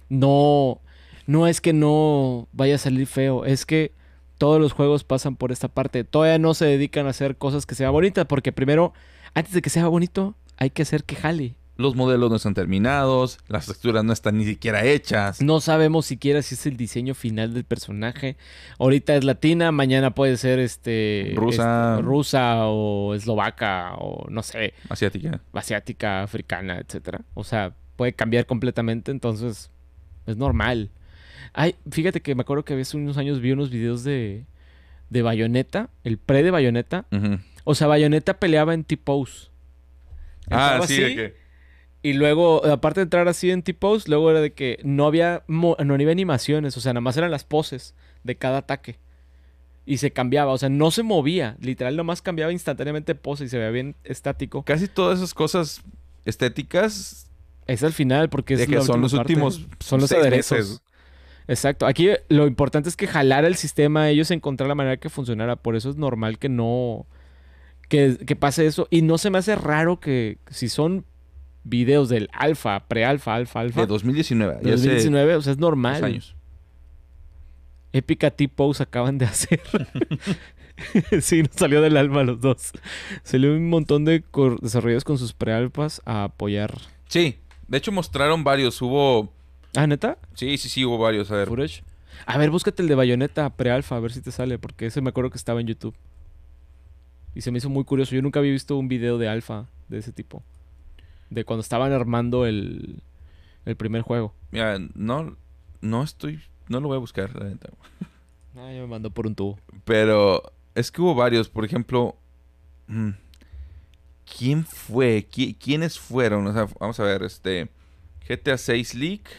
No, no es que no vaya a salir feo. Es que todos los juegos pasan por esta parte. Todavía no se dedican a hacer cosas que sean bonitas. Porque primero, antes de que sea bonito, hay que hacer que jale. Los modelos no están terminados, las texturas no están ni siquiera hechas. No sabemos siquiera si es el diseño final del personaje. Ahorita es latina, mañana puede ser este rusa, este, rusa o eslovaca o no sé. Asiática. Asiática, africana, etcétera. O sea, puede cambiar completamente, entonces es normal. Ay, fíjate que me acuerdo que hace unos años vi unos videos de, de Bayonetta, el pre de Bayonetta. Ujú. O sea, Bayonetta peleaba en T-pose. Ah, Entraba sí, así, de que... y luego, aparte de entrar así en T-pose, luego era de que no había, mo- no había animaciones, o sea, nada más eran las poses de cada ataque. Y se cambiaba, o sea, no se movía. Literal, nomás cambiaba instantáneamente pose y se veía bien estático. Casi todas esas cosas estéticas Es al final, porque es de que la son última los parte. últimos Son los seis aderezos. meses. Exacto. Aquí lo importante es que jalara el sistema, ellos encontrar la manera que funcionara. Por eso es normal que no... Que, que pase eso. Y no se me hace raro que si son videos del alfa, pre-alfa, alfa, alfa... De dos mil diecinueve. de ya dos mil diecinueve, o sea, es hace normal. dos años. Épica T-Pose acaban de hacer. Sí, nos salió del alma los dos. Salió un montón de cor- desarrolladores con sus pre-alfas a apoyar. Sí, de hecho mostraron varios. Hubo... Ah, ¿neta? Sí, sí, sí, hubo varios. A ver. Footage. A ver, búscate el de Bayonetta pre-alfa, a ver si te sale, porque ese me acuerdo que estaba en YouTube. Y se me hizo muy curioso. Yo nunca había visto un video de alfa de ese tipo. De cuando estaban armando el, el primer juego. Mira, no, no estoy... No lo voy a buscar, la neta. Ah, ya me mandó por un tubo. Pero es que hubo varios. Por ejemplo... mm, ¿quién fue? ¿Qui- ¿Quiénes fueron? O sea, vamos a ver, este... G T A seis Leak.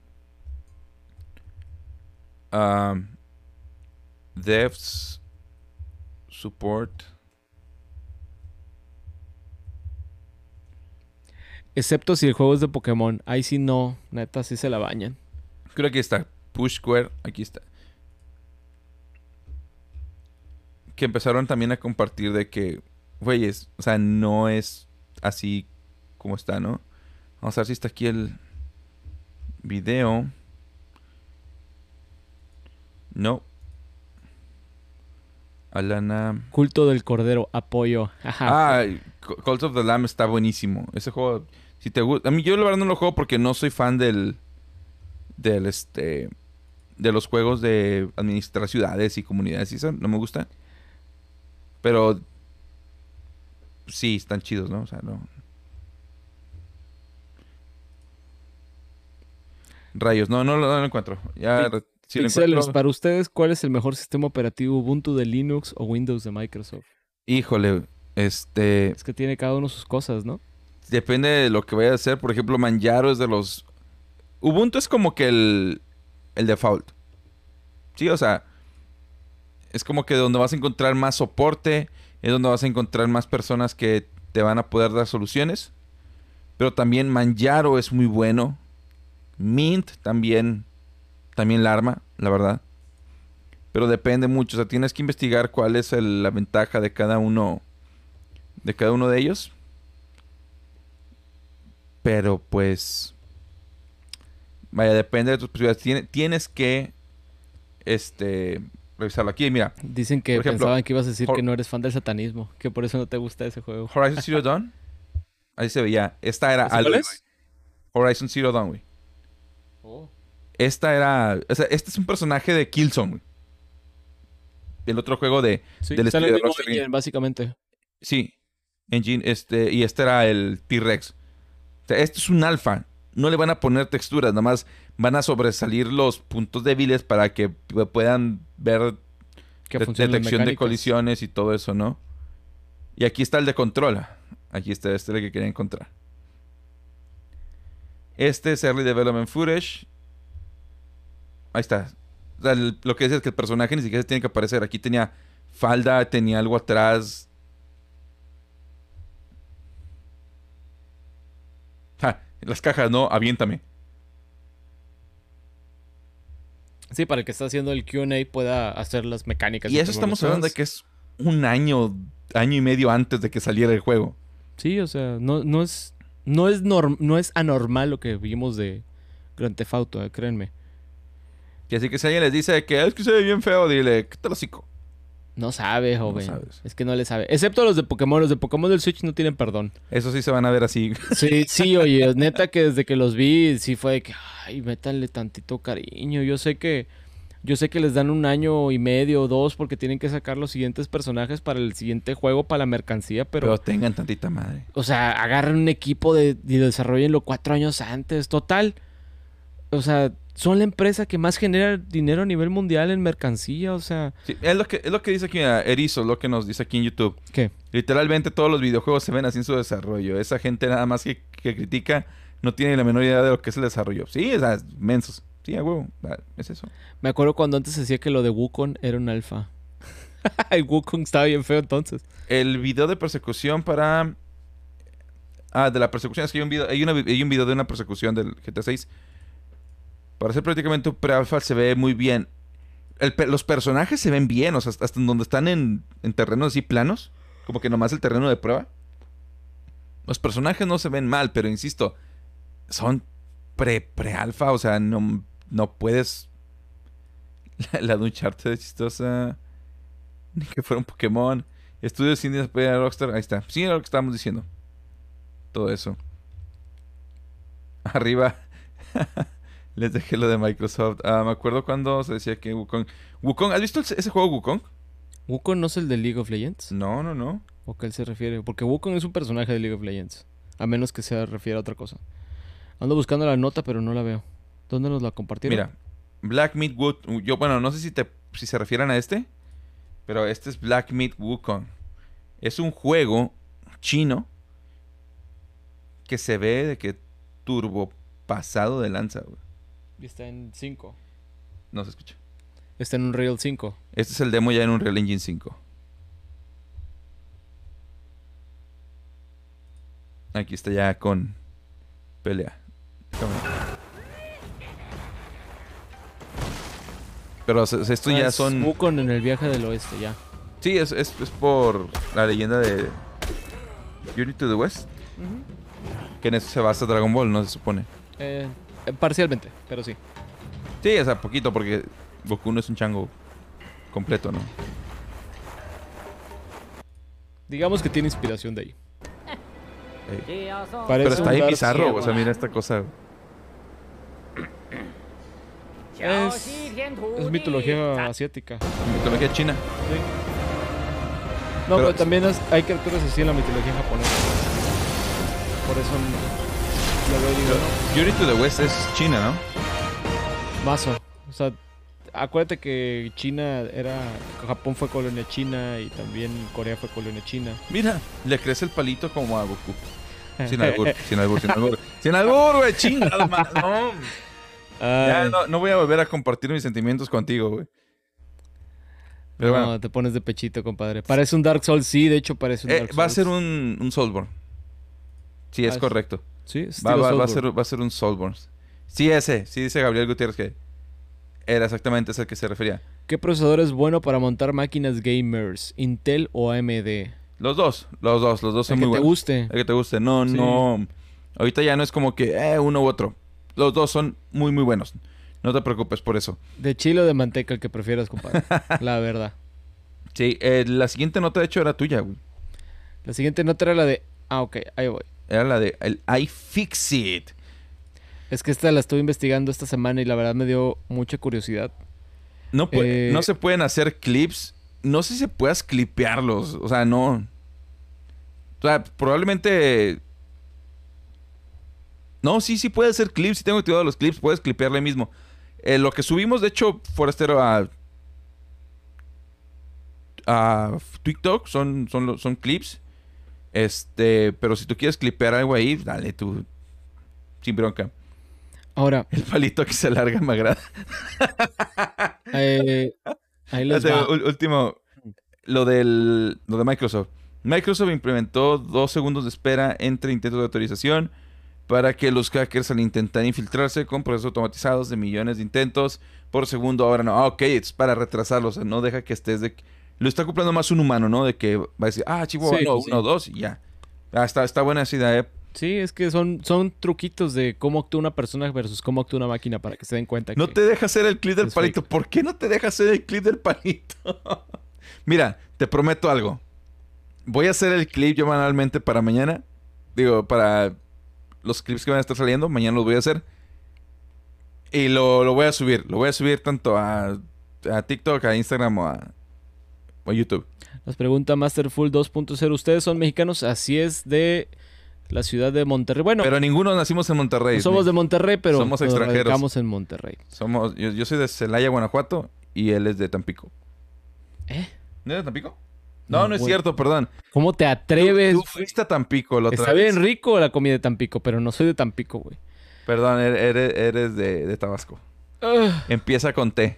Um, devs. Support. Excepto si el juego es de Pokémon. Ahí sí no, neta, sí se la bañan. Creo que aquí está. Push Square. Aquí está. Que empezaron también a compartir de que... Güeyes, o sea, no es así como está, ¿no? Vamos a ver si está aquí el video. No. Alana. Culto del Cordero, apoyo. Ajá. Ah, C- Cult of the Lamb está buenísimo. Ese juego, si te gusta. A mí yo la verdad no lo juego porque no soy fan del. Del este. De los juegos de administrar ciudades y comunidades y eso. No me gusta. Pero. Sí, están chidos, ¿no? O sea, no. Rayos, no, no, lo- no lo encuentro. Ya, re- sí lo Pixelers, encuentro. para ustedes, ¿cuál es el mejor sistema operativo, Ubuntu de Linux o Windows de Microsoft? Híjole, este. Es que tiene cada uno sus cosas, ¿no? Depende de lo que vaya a hacer. Por ejemplo, Manjaro es de los... Ubuntu es como que el... El default. Sí, o sea... Es como que donde vas a encontrar más soporte. Es donde vas a encontrar más personas que te van a poder dar soluciones. Pero también Manjaro es muy bueno. Mint también... También la arma, la verdad. Pero depende mucho. O sea, tienes que investigar cuál es el- la ventaja de cada uno... De cada uno de ellos. Pero pues... Vaya, depende de tus posibilidades. Tiene- tienes que... Este... Revisarlo. Aquí, mira. Dicen que Por ejemplo, pensaban que ibas a decir Hor- que no eres fan del satanismo, que por eso no te gusta ese juego. Horizon Zero Dawn. Ahí se veía. Esta era ¿Ese cuál algo. es? Horizon Zero Dawn, güey. Oh. Esta era... O sea, este es un personaje de Killzone, güey. El otro juego de... Sí, Del sale estudio el de mismo Rockstar engine, Games. básicamente. Sí. Engine, este... Y este era el T-Rex. O sea, este es un alfa. No le van a poner texturas. Nada más van a sobresalir los puntos débiles para que pu- puedan ver Que de- funcionan las detección de mecánicas. colisiones y todo eso, ¿no? Y aquí está el de control. Aquí está este es el que quería encontrar. Este es Early Development Footage. Ahí está. O sea, el- lo que decía es que el personaje ni siquiera se tiene que aparecer. Aquí tenía falda, tenía algo atrás. Ja, las cajas, no, aviéntame. Sí, para el que está haciendo el Q and A pueda hacer las mecánicas. Y eso estamos hablando de que es un año, año y medio antes de que saliera el juego. Sí, o sea, no, no es no es norm- no es anormal lo que vimos de Grand Theft Auto, eh, créanme. Y así que si alguien les dice que es que se ve bien feo, dile, ¿qué tal hocico? No sabe, joven. sabes. Es que no le sabe. Excepto los de Pokémon. Los de Pokémon del Switch no tienen perdón. Eso sí se van a ver así. Sí, sí, oye, neta que desde que los vi, sí fue de que, ay, métanle tantito cariño. Yo sé que, yo sé que les dan un año y medio o dos porque tienen que sacar los siguientes personajes para el siguiente juego, para la mercancía, pero, Pero tengan tantita madre. o sea, agarren un equipo de, y desarrollenlo cuatro años antes. Total, O sea, son la empresa que más genera dinero a nivel mundial en mercancía, o sea... Sí, es lo que, es lo que dice aquí uh, Erizo, lo que nos dice aquí en YouTube. ¿Qué? Literalmente todos los videojuegos se ven así en su desarrollo. Esa gente nada más que, que critica no tiene la menor idea de lo que es el desarrollo. Sí, o sea, mensos. Sí, a huevo. Ah, es eso. Me acuerdo cuando antes se decía que lo de Wukong era un alfa. El Wukong estaba bien feo entonces. El video de persecución para... Ah, de la persecución. Es que hay un video, hay una, hay un video de una persecución del G T A seis. Para ser prácticamente un pre-alpha se ve muy bien. El pe- los personajes se ven bien, o sea, hasta en donde están en, en terrenos así planos. Como que nomás el terreno de prueba. Los personajes no se ven mal, pero insisto, son pre, pre-alfa, o sea, no, no puedes... La, la de Uncharted es chistosa. Ni que fuera un Pokémon. Estudios indies para Rockstar. Ahí está. Sí, era lo que estábamos diciendo. Todo eso. Arriba. Les dejé lo de Microsoft. Ah, me acuerdo cuando se decía que Wukong... Wukong, ¿has visto el- ese juego Wukong? ¿Wukong no es el de League of Legends? No, no, no. ¿O qué él se refiere? Porque Wukong es un personaje de League of Legends. A menos que se refiera a otra cosa. Ando buscando la nota, pero no la veo. ¿Dónde nos la compartieron? Mira, Black Myth Wood... Yo, bueno, no sé si, te, si se refieren a este. Pero este es Black Myth Wukong. Es un juego chino que se ve de que turbo pasado de lanza, güey. Y está en cinco. No se escucha. Está en un Real cinco. Este es el demo ya en un Real Engine cinco. Aquí está ya con pelea. Déjame. Pero o sea, esto ya Es son... Wukong en el viaje del oeste, ya. Sí, es, es, es por la leyenda de Journey to the West. Que en eso se basa Dragon Ball, ¿no? Se supone. Eh, eh, parcialmente, pero sí. Sí, o sea, poquito, porque Goku no es un chango completo, ¿no? Digamos que tiene inspiración de ahí. Ey. Parece Pero un está bien Dark bizarro, Souls. o sea, mira esta cosa. Es, es mitología asiática. Mitología china. Sí. No, Pero- pero, también es- hay criaturas así en la mitología japonesa. Por eso n- lo veo y digo, no, Journey to the West es China, ¿no? mazo. O sea, acuérdate que China era... Japón fue colonia china y también Corea fue colonia china. Mira, le crece el palito como a Goku. Sin albur, sin albur, sin albur. Sin albur, güey, chingada madre, no. Ya Ay, no, no voy a volver a compartir mis sentimientos contigo, güey. Pero no, bueno, te pones de pechito, compadre. Parece un Dark Souls, sí, de hecho parece un eh, Dark Souls. va a ser un, un Soulborn. Sí, es Ah, es- correcto. Sí, Va, estilo va- va a Soulborn. ser, va a ser un Soulborn. Sí, ese. Sí, dice Gabriel Gutiérrez que era exactamente ese al que se refería. ¿Qué procesador es bueno para montar máquinas gamers? ¿Intel o A M D? Los dos, los dos, los dos son El que muy te buenos. guste. El que te guste. No, Sí. no. Ahorita ya no es como que eh, uno u otro. Los dos son muy, muy buenos. No te preocupes por eso. De chile o de manteca, el que prefieras, compadre. La verdad. Sí, eh, la siguiente nota de hecho era tuya, güey. La siguiente nota era la de... Ah, ok, ahí voy. Era la de el iFixit. Es que esta la estuve investigando esta semana y la verdad me dio mucha curiosidad. No, pu- Eh, no se pueden hacer clips. No sé si puedas clipearlos. O sea, no. O sea, probablemente. No, sí, sí puede hacer clips. Si tengo activados los clips, puedes clipearle mismo. Eh, lo que subimos, de hecho, Forastero, a. A TikTok son, son, lo- son clips. Este. Pero si tú quieres clipear algo ahí, dale tú. Sin bronca. Ahora, El palito que se alarga me agrada. eh, ahí les Este, va. ul- último, lo del lo de Microsoft. Microsoft implementó dos segundos de espera entre intentos de autorización para que los hackers al intentar infiltrarse con procesos automatizados de millones de intentos por segundo. Ahora no, ah, ok, es para retrasarlo, o sea, no deja que estés de... Lo está cumpliendo más un humano, ¿no? De que va a decir, ah, chivo, Sí, uno, pues sí. uno, dos, y ya. Ah, está, está buena esa idea, ¿eh? Sí, es que son, son truquitos de cómo actúa una persona versus cómo actúa una máquina para que se den cuenta No que... te deja hacer el clip del es palito. fake. ¿Por qué no te deja hacer el clip del palito? Mira, te prometo algo. Voy a hacer el clip yo manualmente para mañana. Digo, para los clips que van a estar saliendo. Mañana los voy a hacer. Y lo, lo voy a subir. Lo voy a subir tanto a, a TikTok, a Instagram o a, o a YouTube. Nos pregunta Masterful dos punto cero. ¿Ustedes son mexicanos? Así es de la ciudad de Monterrey. Bueno, Pero ninguno nacimos en Monterrey. no somos de Monterrey, pero Somos nos extranjeros. radicamos en Monterrey. Somos, yo, yo soy de Celaya, Guanajuato, y él es de Tampico. ¿Eh? ¿No es de Tampico? No, No, no, es güey. cierto, perdón. ¿Cómo te atreves? Tú, tú fuiste a Tampico la otra Está vez. bien rico la comida de Tampico, pero no soy de Tampico, güey. Perdón, er- eres, eres de, de Tabasco. Ugh. Empieza con T.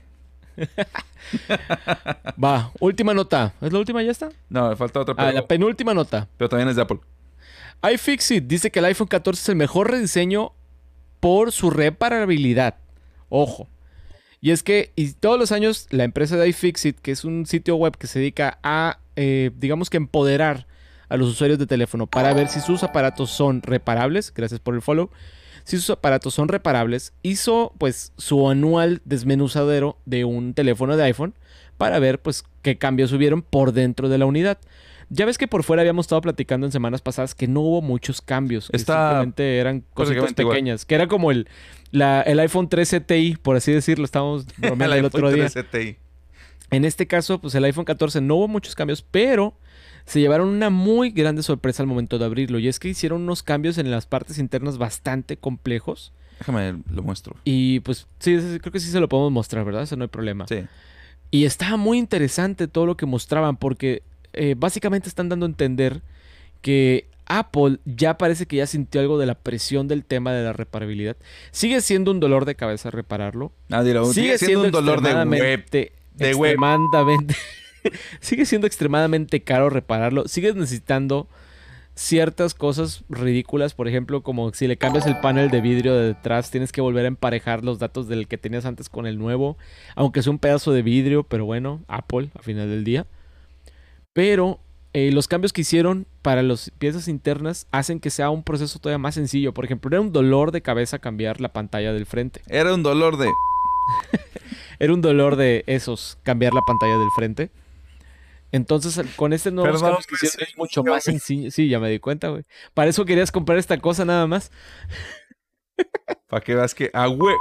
Va, última nota. ¿Es la última ya está? No, me falta otra, Ah, pero, la penúltima nota. pero también es de Apple. iFixit dice que el iPhone catorce es el mejor rediseño por su reparabilidad. Ojo. Y es que y todos los años la empresa de iFixit, que es un sitio web que se dedica a, eh, digamos que empoderar a los usuarios de teléfono para ver si sus aparatos son reparables, gracias por el follow, si sus aparatos son reparables, hizo pues su anual desmenuzadero de un teléfono de iPhone para ver pues qué cambios hubieron por dentro de la unidad. Ya ves que por fuera habíamos estado platicando en semanas pasadas que no hubo muchos cambios, que Está simplemente eran cositas básicamente igual. pequeñas, que era como el, la- el iPhone trece Ti, por así decirlo, estábamos bromeando el, otro día. trece Ti. En este caso, pues el iPhone catorce no hubo muchos cambios, pero se llevaron una muy grande sorpresa al momento de abrirlo. Y es que hicieron unos cambios en las partes internas bastante complejos. Déjame, lo muestro. Y pues sí, sí, creo que sí se lo podemos mostrar, ¿verdad? Eso no hay problema. Sí. Y estaba muy interesante todo lo que mostraban porque eh, básicamente están dando a entender que Apple ya parece que ya sintió algo de la presión del tema de la reparabilidad. Sigue siendo un dolor de cabeza repararlo. Ah, dilo, Sigue siendo un dolor de web. extremadamente- de web. extremadamente- sigue siendo extremadamente caro repararlo. Sigues necesitando ciertas cosas ridículas, por ejemplo, como si le cambias el panel de vidrio de detrás, tienes que volver a emparejar los datos del que tenías antes con el nuevo, aunque sea un pedazo de vidrio, pero bueno, Apple al final del día. Pero eh, los cambios que hicieron para las piezas internas hacen que sea un proceso todavía más sencillo. Por ejemplo, era un dolor de cabeza cambiar la pantalla del frente. Era un dolor de... Era un dolor de esos, cambiar la pantalla del frente. Entonces, al- con este nuevo Perdón, cambios que hicieron pues, es mucho yo- más sencillo. Sí, ya me di cuenta, güey. Para eso querías comprar esta cosa nada más. Para que veas que... Ah, güey.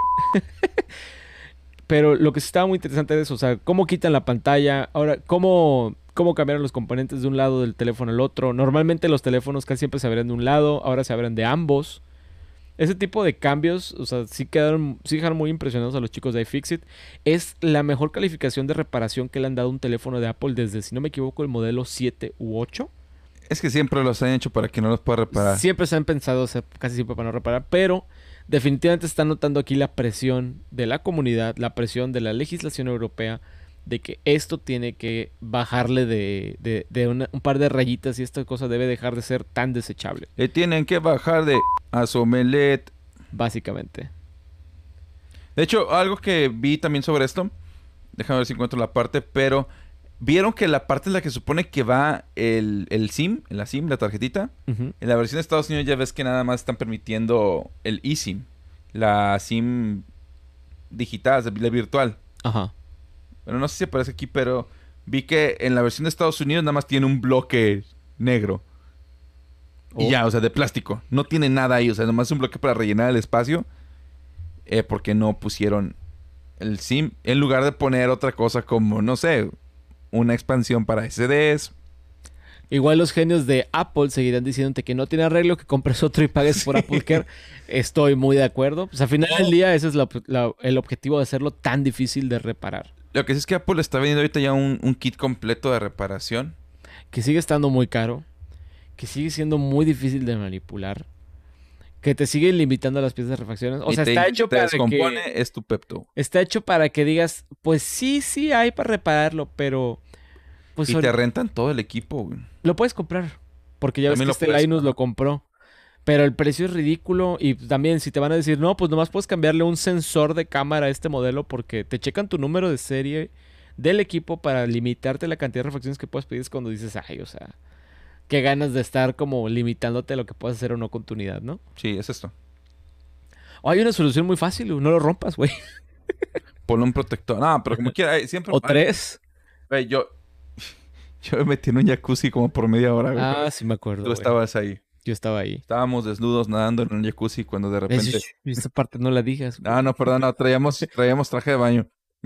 Pero lo que sí estaba muy interesante era eso. O sea, cómo quitan la pantalla. Ahora, cómo, cómo cambiaron los componentes de un lado del teléfono al otro. Normalmente los teléfonos casi siempre se abren de un lado. Ahora se abren de ambos. Ese tipo de cambios, o sea, sí quedaron, sí dejaron muy impresionados a los chicos de iFixit. Es la mejor calificación de reparación que le han dado a un teléfono de Apple desde, si no me equivoco, el modelo siete u ocho. Es que siempre los han hecho para que no los pueda reparar. Siempre se han pensado, o sea, casi siempre para no reparar, pero definitivamente se está notando aquí la presión de la comunidad, la presión de la legislación europea, de que esto tiene que bajarle de, de, de una- un par de rayitas y esta cosa debe dejar de ser tan desechable, Le tienen que bajar de a su omelette. básicamente. De hecho, algo que vi también sobre esto, déjame ver si encuentro la parte, pero vieron que la parte en la que supone que va el, el SIM, la SIM, la tarjetita, Ujú. en la versión de Estados Unidos ya ves que nada más están permitiendo el eSIM, la SIM digital, la virtual. Ajá. Bueno, no sé si aparece aquí, pero vi que en la versión de Estados Unidos nada más tiene un bloque negro. Y Oh. ya, o sea, de plástico. No tiene nada ahí, o sea, nomás un bloque para rellenar el espacio. Eh, porque no pusieron el SIM en lugar de poner otra cosa como, no sé, una expansión para S Ds. Igual los genios de Apple seguirán diciéndote que no tiene arreglo, que compres otro y pagues por Apple Care. Estoy muy de acuerdo. Pues al final del día ese es la- la- el objetivo de hacerlo tan difícil de reparar. Lo que sí es que Apple está vendiendo ahorita ya un, un kit completo de reparación. Que sigue estando muy caro. Que sigue siendo muy difícil de manipular. Que te siguen limitando las piezas de refacciones. O Y sea, te- está hecho te para descompone, que... es tu Pepto. Está hecho para que digas, pues sí, sí hay para repararlo, pero... Pues Y ahorita- te rentan todo el equipo, güey. Lo puedes comprar. Porque ya ves También que lo este puedes, Linus ajá. lo compró. Pero el precio es ridículo. Y también si te van a decir, no, pues nomás puedes cambiarle un sensor de cámara a este modelo porque te checan tu número de serie del equipo para limitarte la cantidad de refacciones que puedes pedir. Es cuando dices, ay, o sea, qué ganas de estar como limitándote a lo que puedes hacer o no con tu unidad, ¿no? Sí, es esto. O hay una solución muy fácil, no lo rompas, güey. Ponle un protector. No, pero como quiera, eh, siempre... O tres. Güey, yo... Yo me metí en un jacuzzi como por media hora, güey. Ah, sí me acuerdo. Tú güey. estabas ahí. Yo estaba ahí. Estábamos desnudos nadando en un jacuzzi cuando de repente... Esa parte no la digas. güey. Ah, no, perdón, no, traíamos, traíamos traje de baño.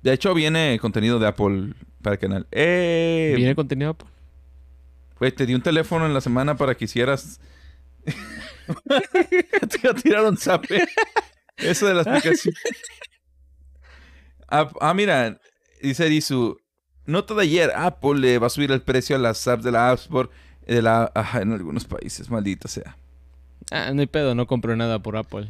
De hecho, viene contenido de Apple para el canal. ¡Eh! ¿Viene contenido Apple? Güey, te di un teléfono en la semana para que hicieras... Te tiraron zape. Eso de la explicación. ah, ah, mira. Dice Erisu. Nota de ayer. Apple le va a subir el precio a las apps de la App Store de la, ajá, en algunos países. Maldita sea. Ah, no hay pedo. No compro nada por Apple.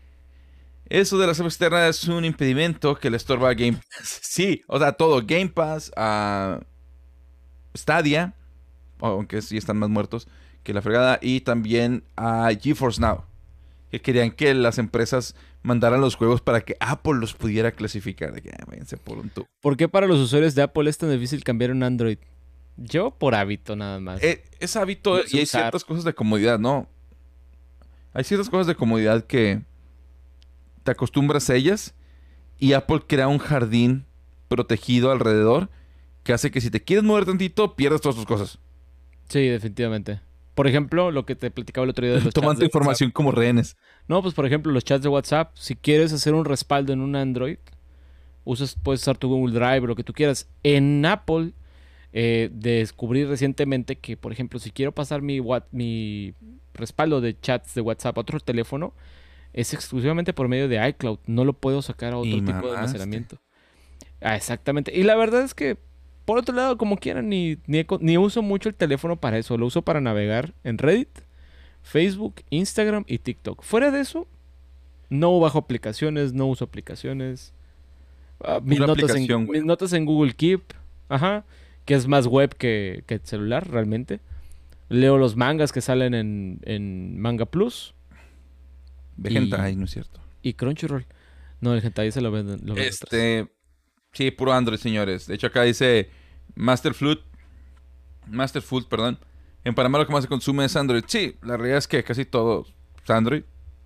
Eso de las apps externas es un impedimento que le estorba a Game Pass. Sí, o sea, todo. Game Pass, a Stadia, aunque sí están más muertos que la fregada, y también a GeForce Now, que querían que las empresas mandaran los juegos para que Apple los pudiera clasificar. De que, ah, váyanse por un tubo. ¿Por qué para los usuarios de Apple es tan difícil cambiar un Android? Yo por hábito nada más. Eh, es hábito No y hay usar. ciertas cosas de comodidad, ¿no? Hay ciertas cosas de comodidad que te acostumbras a ellas y Apple crea un jardín protegido alrededor que hace que si te quieres mover tantito, pierdas todas tus cosas. Sí, definitivamente. Por ejemplo, lo que te platicaba el otro día de los Toman chats tu de información como rehenes. WhatsApp. No, pues por ejemplo, los chats de WhatsApp. Si quieres hacer un respaldo en un Android, usas, puedes usar tu Google Drive o lo que tú quieras. En Apple, eh, descubrí recientemente que, por ejemplo, si quiero pasar mi, what- mi respaldo de chats de WhatsApp a otro teléfono, es exclusivamente por medio de iCloud. No lo puedo sacar a otro Y tipo de mamaste. almacenamiento. Ah, exactamente. Y la verdad es que, por otro lado, como quieran, ni, ni, he co- ni uso mucho el teléfono para eso. Lo uso para navegar en Reddit, Facebook, Instagram y TikTok. Fuera de eso, no bajo aplicaciones, no uso aplicaciones. Ah, mis, Pura notas en, aplicación, güey. mis notas en Google Keep, ajá, que es más web que, que celular, realmente. Leo los mangas que salen en, en Manga Plus De Y- hentai, ¿no es cierto? y Crunchyroll. No, el hentai se lo venden. Lo venden atrás. Este... Sí, puro Android, señores. De hecho, acá dice Masterfood. Masterfood, perdón. En Panamá lo que más se consume es Android. Sí, la realidad es que casi todo es Android.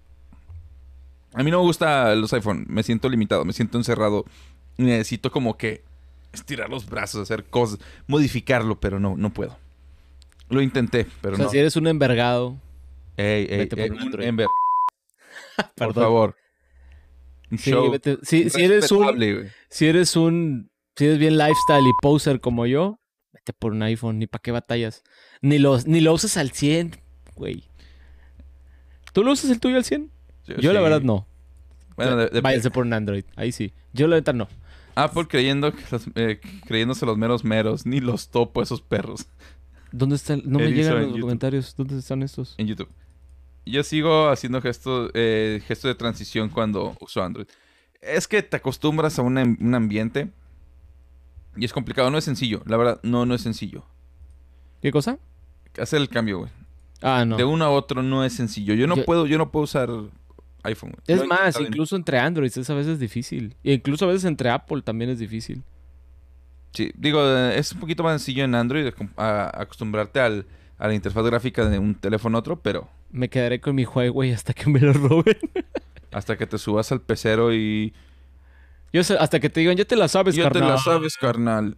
A mí no me gustan los iPhone. Me siento limitado, me siento encerrado. Necesito como que estirar los brazos, hacer cosas, modificarlo, pero no, no puedo. Lo intenté, pero O sea, no. si eres un envergado, Ey, ey, vete por ey, un un Android. Ember, por perdón. favor. Un Sí, show vete- si, si eres un, respetable, güey. si eres un, si eres bien lifestyle y poser como yo, vete por un iPhone, ni para qué batallas. Ni los, ni lo usas al cien, güey. ¿Tú lo usas el tuyo al cien? Yo la sí. verdad no. Bueno, de- de- Váyanse por un Android, ahí sí. Yo la neta no. Apple creyendo que los- eh, creyéndose los meros meros. Ni los topo esos perros ¿Dónde están? No me Él hizo llegan en los YouTube. comentarios. ¿Dónde están estos? en YouTube. Yo sigo haciendo gesto, eh, gesto de transición cuando uso Android. Es que te acostumbras a un, am- un ambiente y es complicado. No es sencillo. La verdad, no, no es sencillo. ¿Qué cosa? Hacer el cambio, güey. Ah, no. De uno a otro no es sencillo. Yo no Yo- puedo, yo no puedo usar iPhone, güey. Es Lo he más, intentado y- incluso entre Androids es a veces difícil. E incluso a veces entre Apple también es difícil. Sí, digo, eh, es un poquito más sencillo en Android acom- a- acostumbrarte al, a la interfaz gráfica de un teléfono a otro, pero Me quedaré con mi Huawei hasta que me lo roben. hasta que te subas al pecero y Yo sé- hasta que te digan, ya te la sabes, ya te carnal. la sabes, carnal.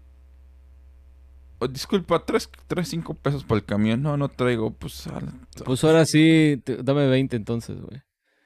Oh, disculpa, tres, tres, cinco pesos por el camión. No, no traigo, pues. a la- Pues ahora sí, te- dame veinte entonces, güey.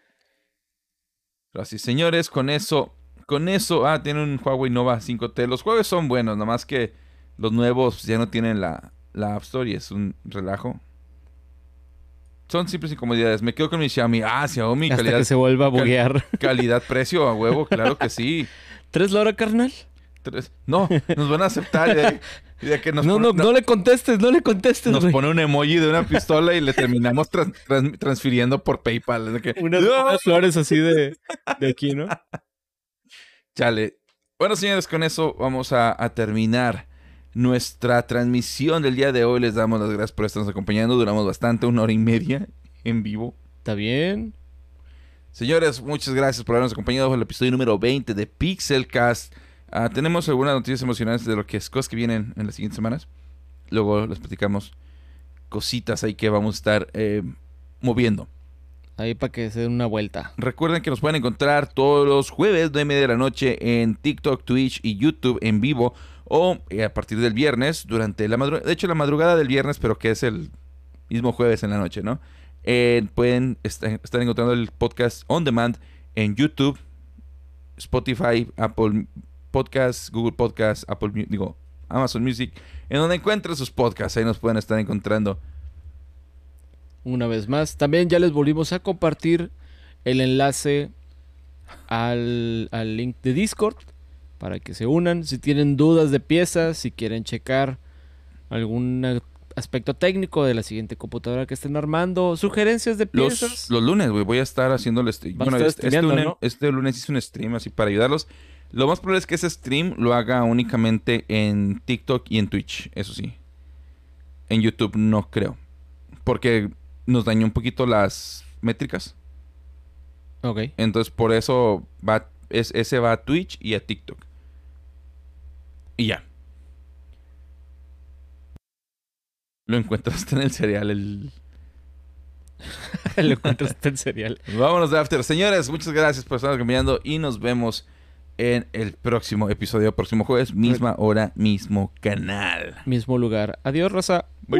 Así, señores, con eso, con eso, ah, tiene un Huawei Nova cinco T. Los juegos son buenos, nada más que los nuevos ya no tienen la, la App Store y es un relajo. Son simples incomodidades. Me quedo con mi Xiaomi. Ah, Xiaomi, Hasta calidad, que se vuelva a cal- buguear. calidad, precio a huevo, claro que sí. ¿Tres la hora, carnal? Tres- No, nos van a aceptar. De, de que nos, No, pone, no, no le contestes, no le contestes, nos güey. pone un emoji de una pistola y le terminamos tras- tras- transfiriendo por PayPal. De que, Unas, ¡No! unas flores así de, de aquí, ¿no? Chale. Bueno, señores, con eso vamos a, a terminar nuestra transmisión del día de hoy. Les damos las gracias por estarnos acompañando. Duramos bastante, una hora y media en vivo. Está bien. Señores, muchas gracias por habernos acompañado en el episodio número veinte de Pixelcast. Ah, tenemos algunas noticias emocionantes de lo que es cosas que vienen en las siguientes semanas. Luego les platicamos cositas ahí que vamos a estar eh, moviendo. Ahí para que se den una vuelta. Recuerden que nos pueden encontrar todos los jueves, nueve y media de la noche en TikTok, Twitch y YouTube en vivo. O eh, a partir del viernes, durante la madrugada. De hecho, la madrugada del viernes, pero que es el mismo jueves en la noche, ¿no? Eh, pueden est- estar encontrando el podcast on demand en YouTube, Spotify, Apple Podcasts, Google Podcasts, Apple, Mu- digo, Amazon Music, en donde encuentren sus podcasts. Ahí nos pueden estar encontrando. Una vez más. También ya les volvimos a compartir el enlace al, al link de Discord para que se unan. Si tienen dudas de piezas, si quieren checar algún eh, aspecto técnico de la siguiente computadora que estén armando, sugerencias de piezas. Los, los lunes, güey, voy a estar haciéndole stream. Vas a Bueno, estar este, este, streameando, lunes, ¿no? este lunes hice un stream así para ayudarlos. Lo más probable es que ese stream lo haga únicamente en TikTok y en Twitch, eso sí. En YouTube no creo. Porque nos dañó un poquito las métricas. Ok. Entonces por eso va, es, ese va a Twitch y a TikTok. Y ya. Lo encuentras en el cereal. El... Lo encontraste en serial. Vámonos de After. Señores, muchas gracias por estar acompañando y nos vemos en el próximo episodio, próximo jueves, misma hora, mismo canal. Mismo lugar. Adiós, raza.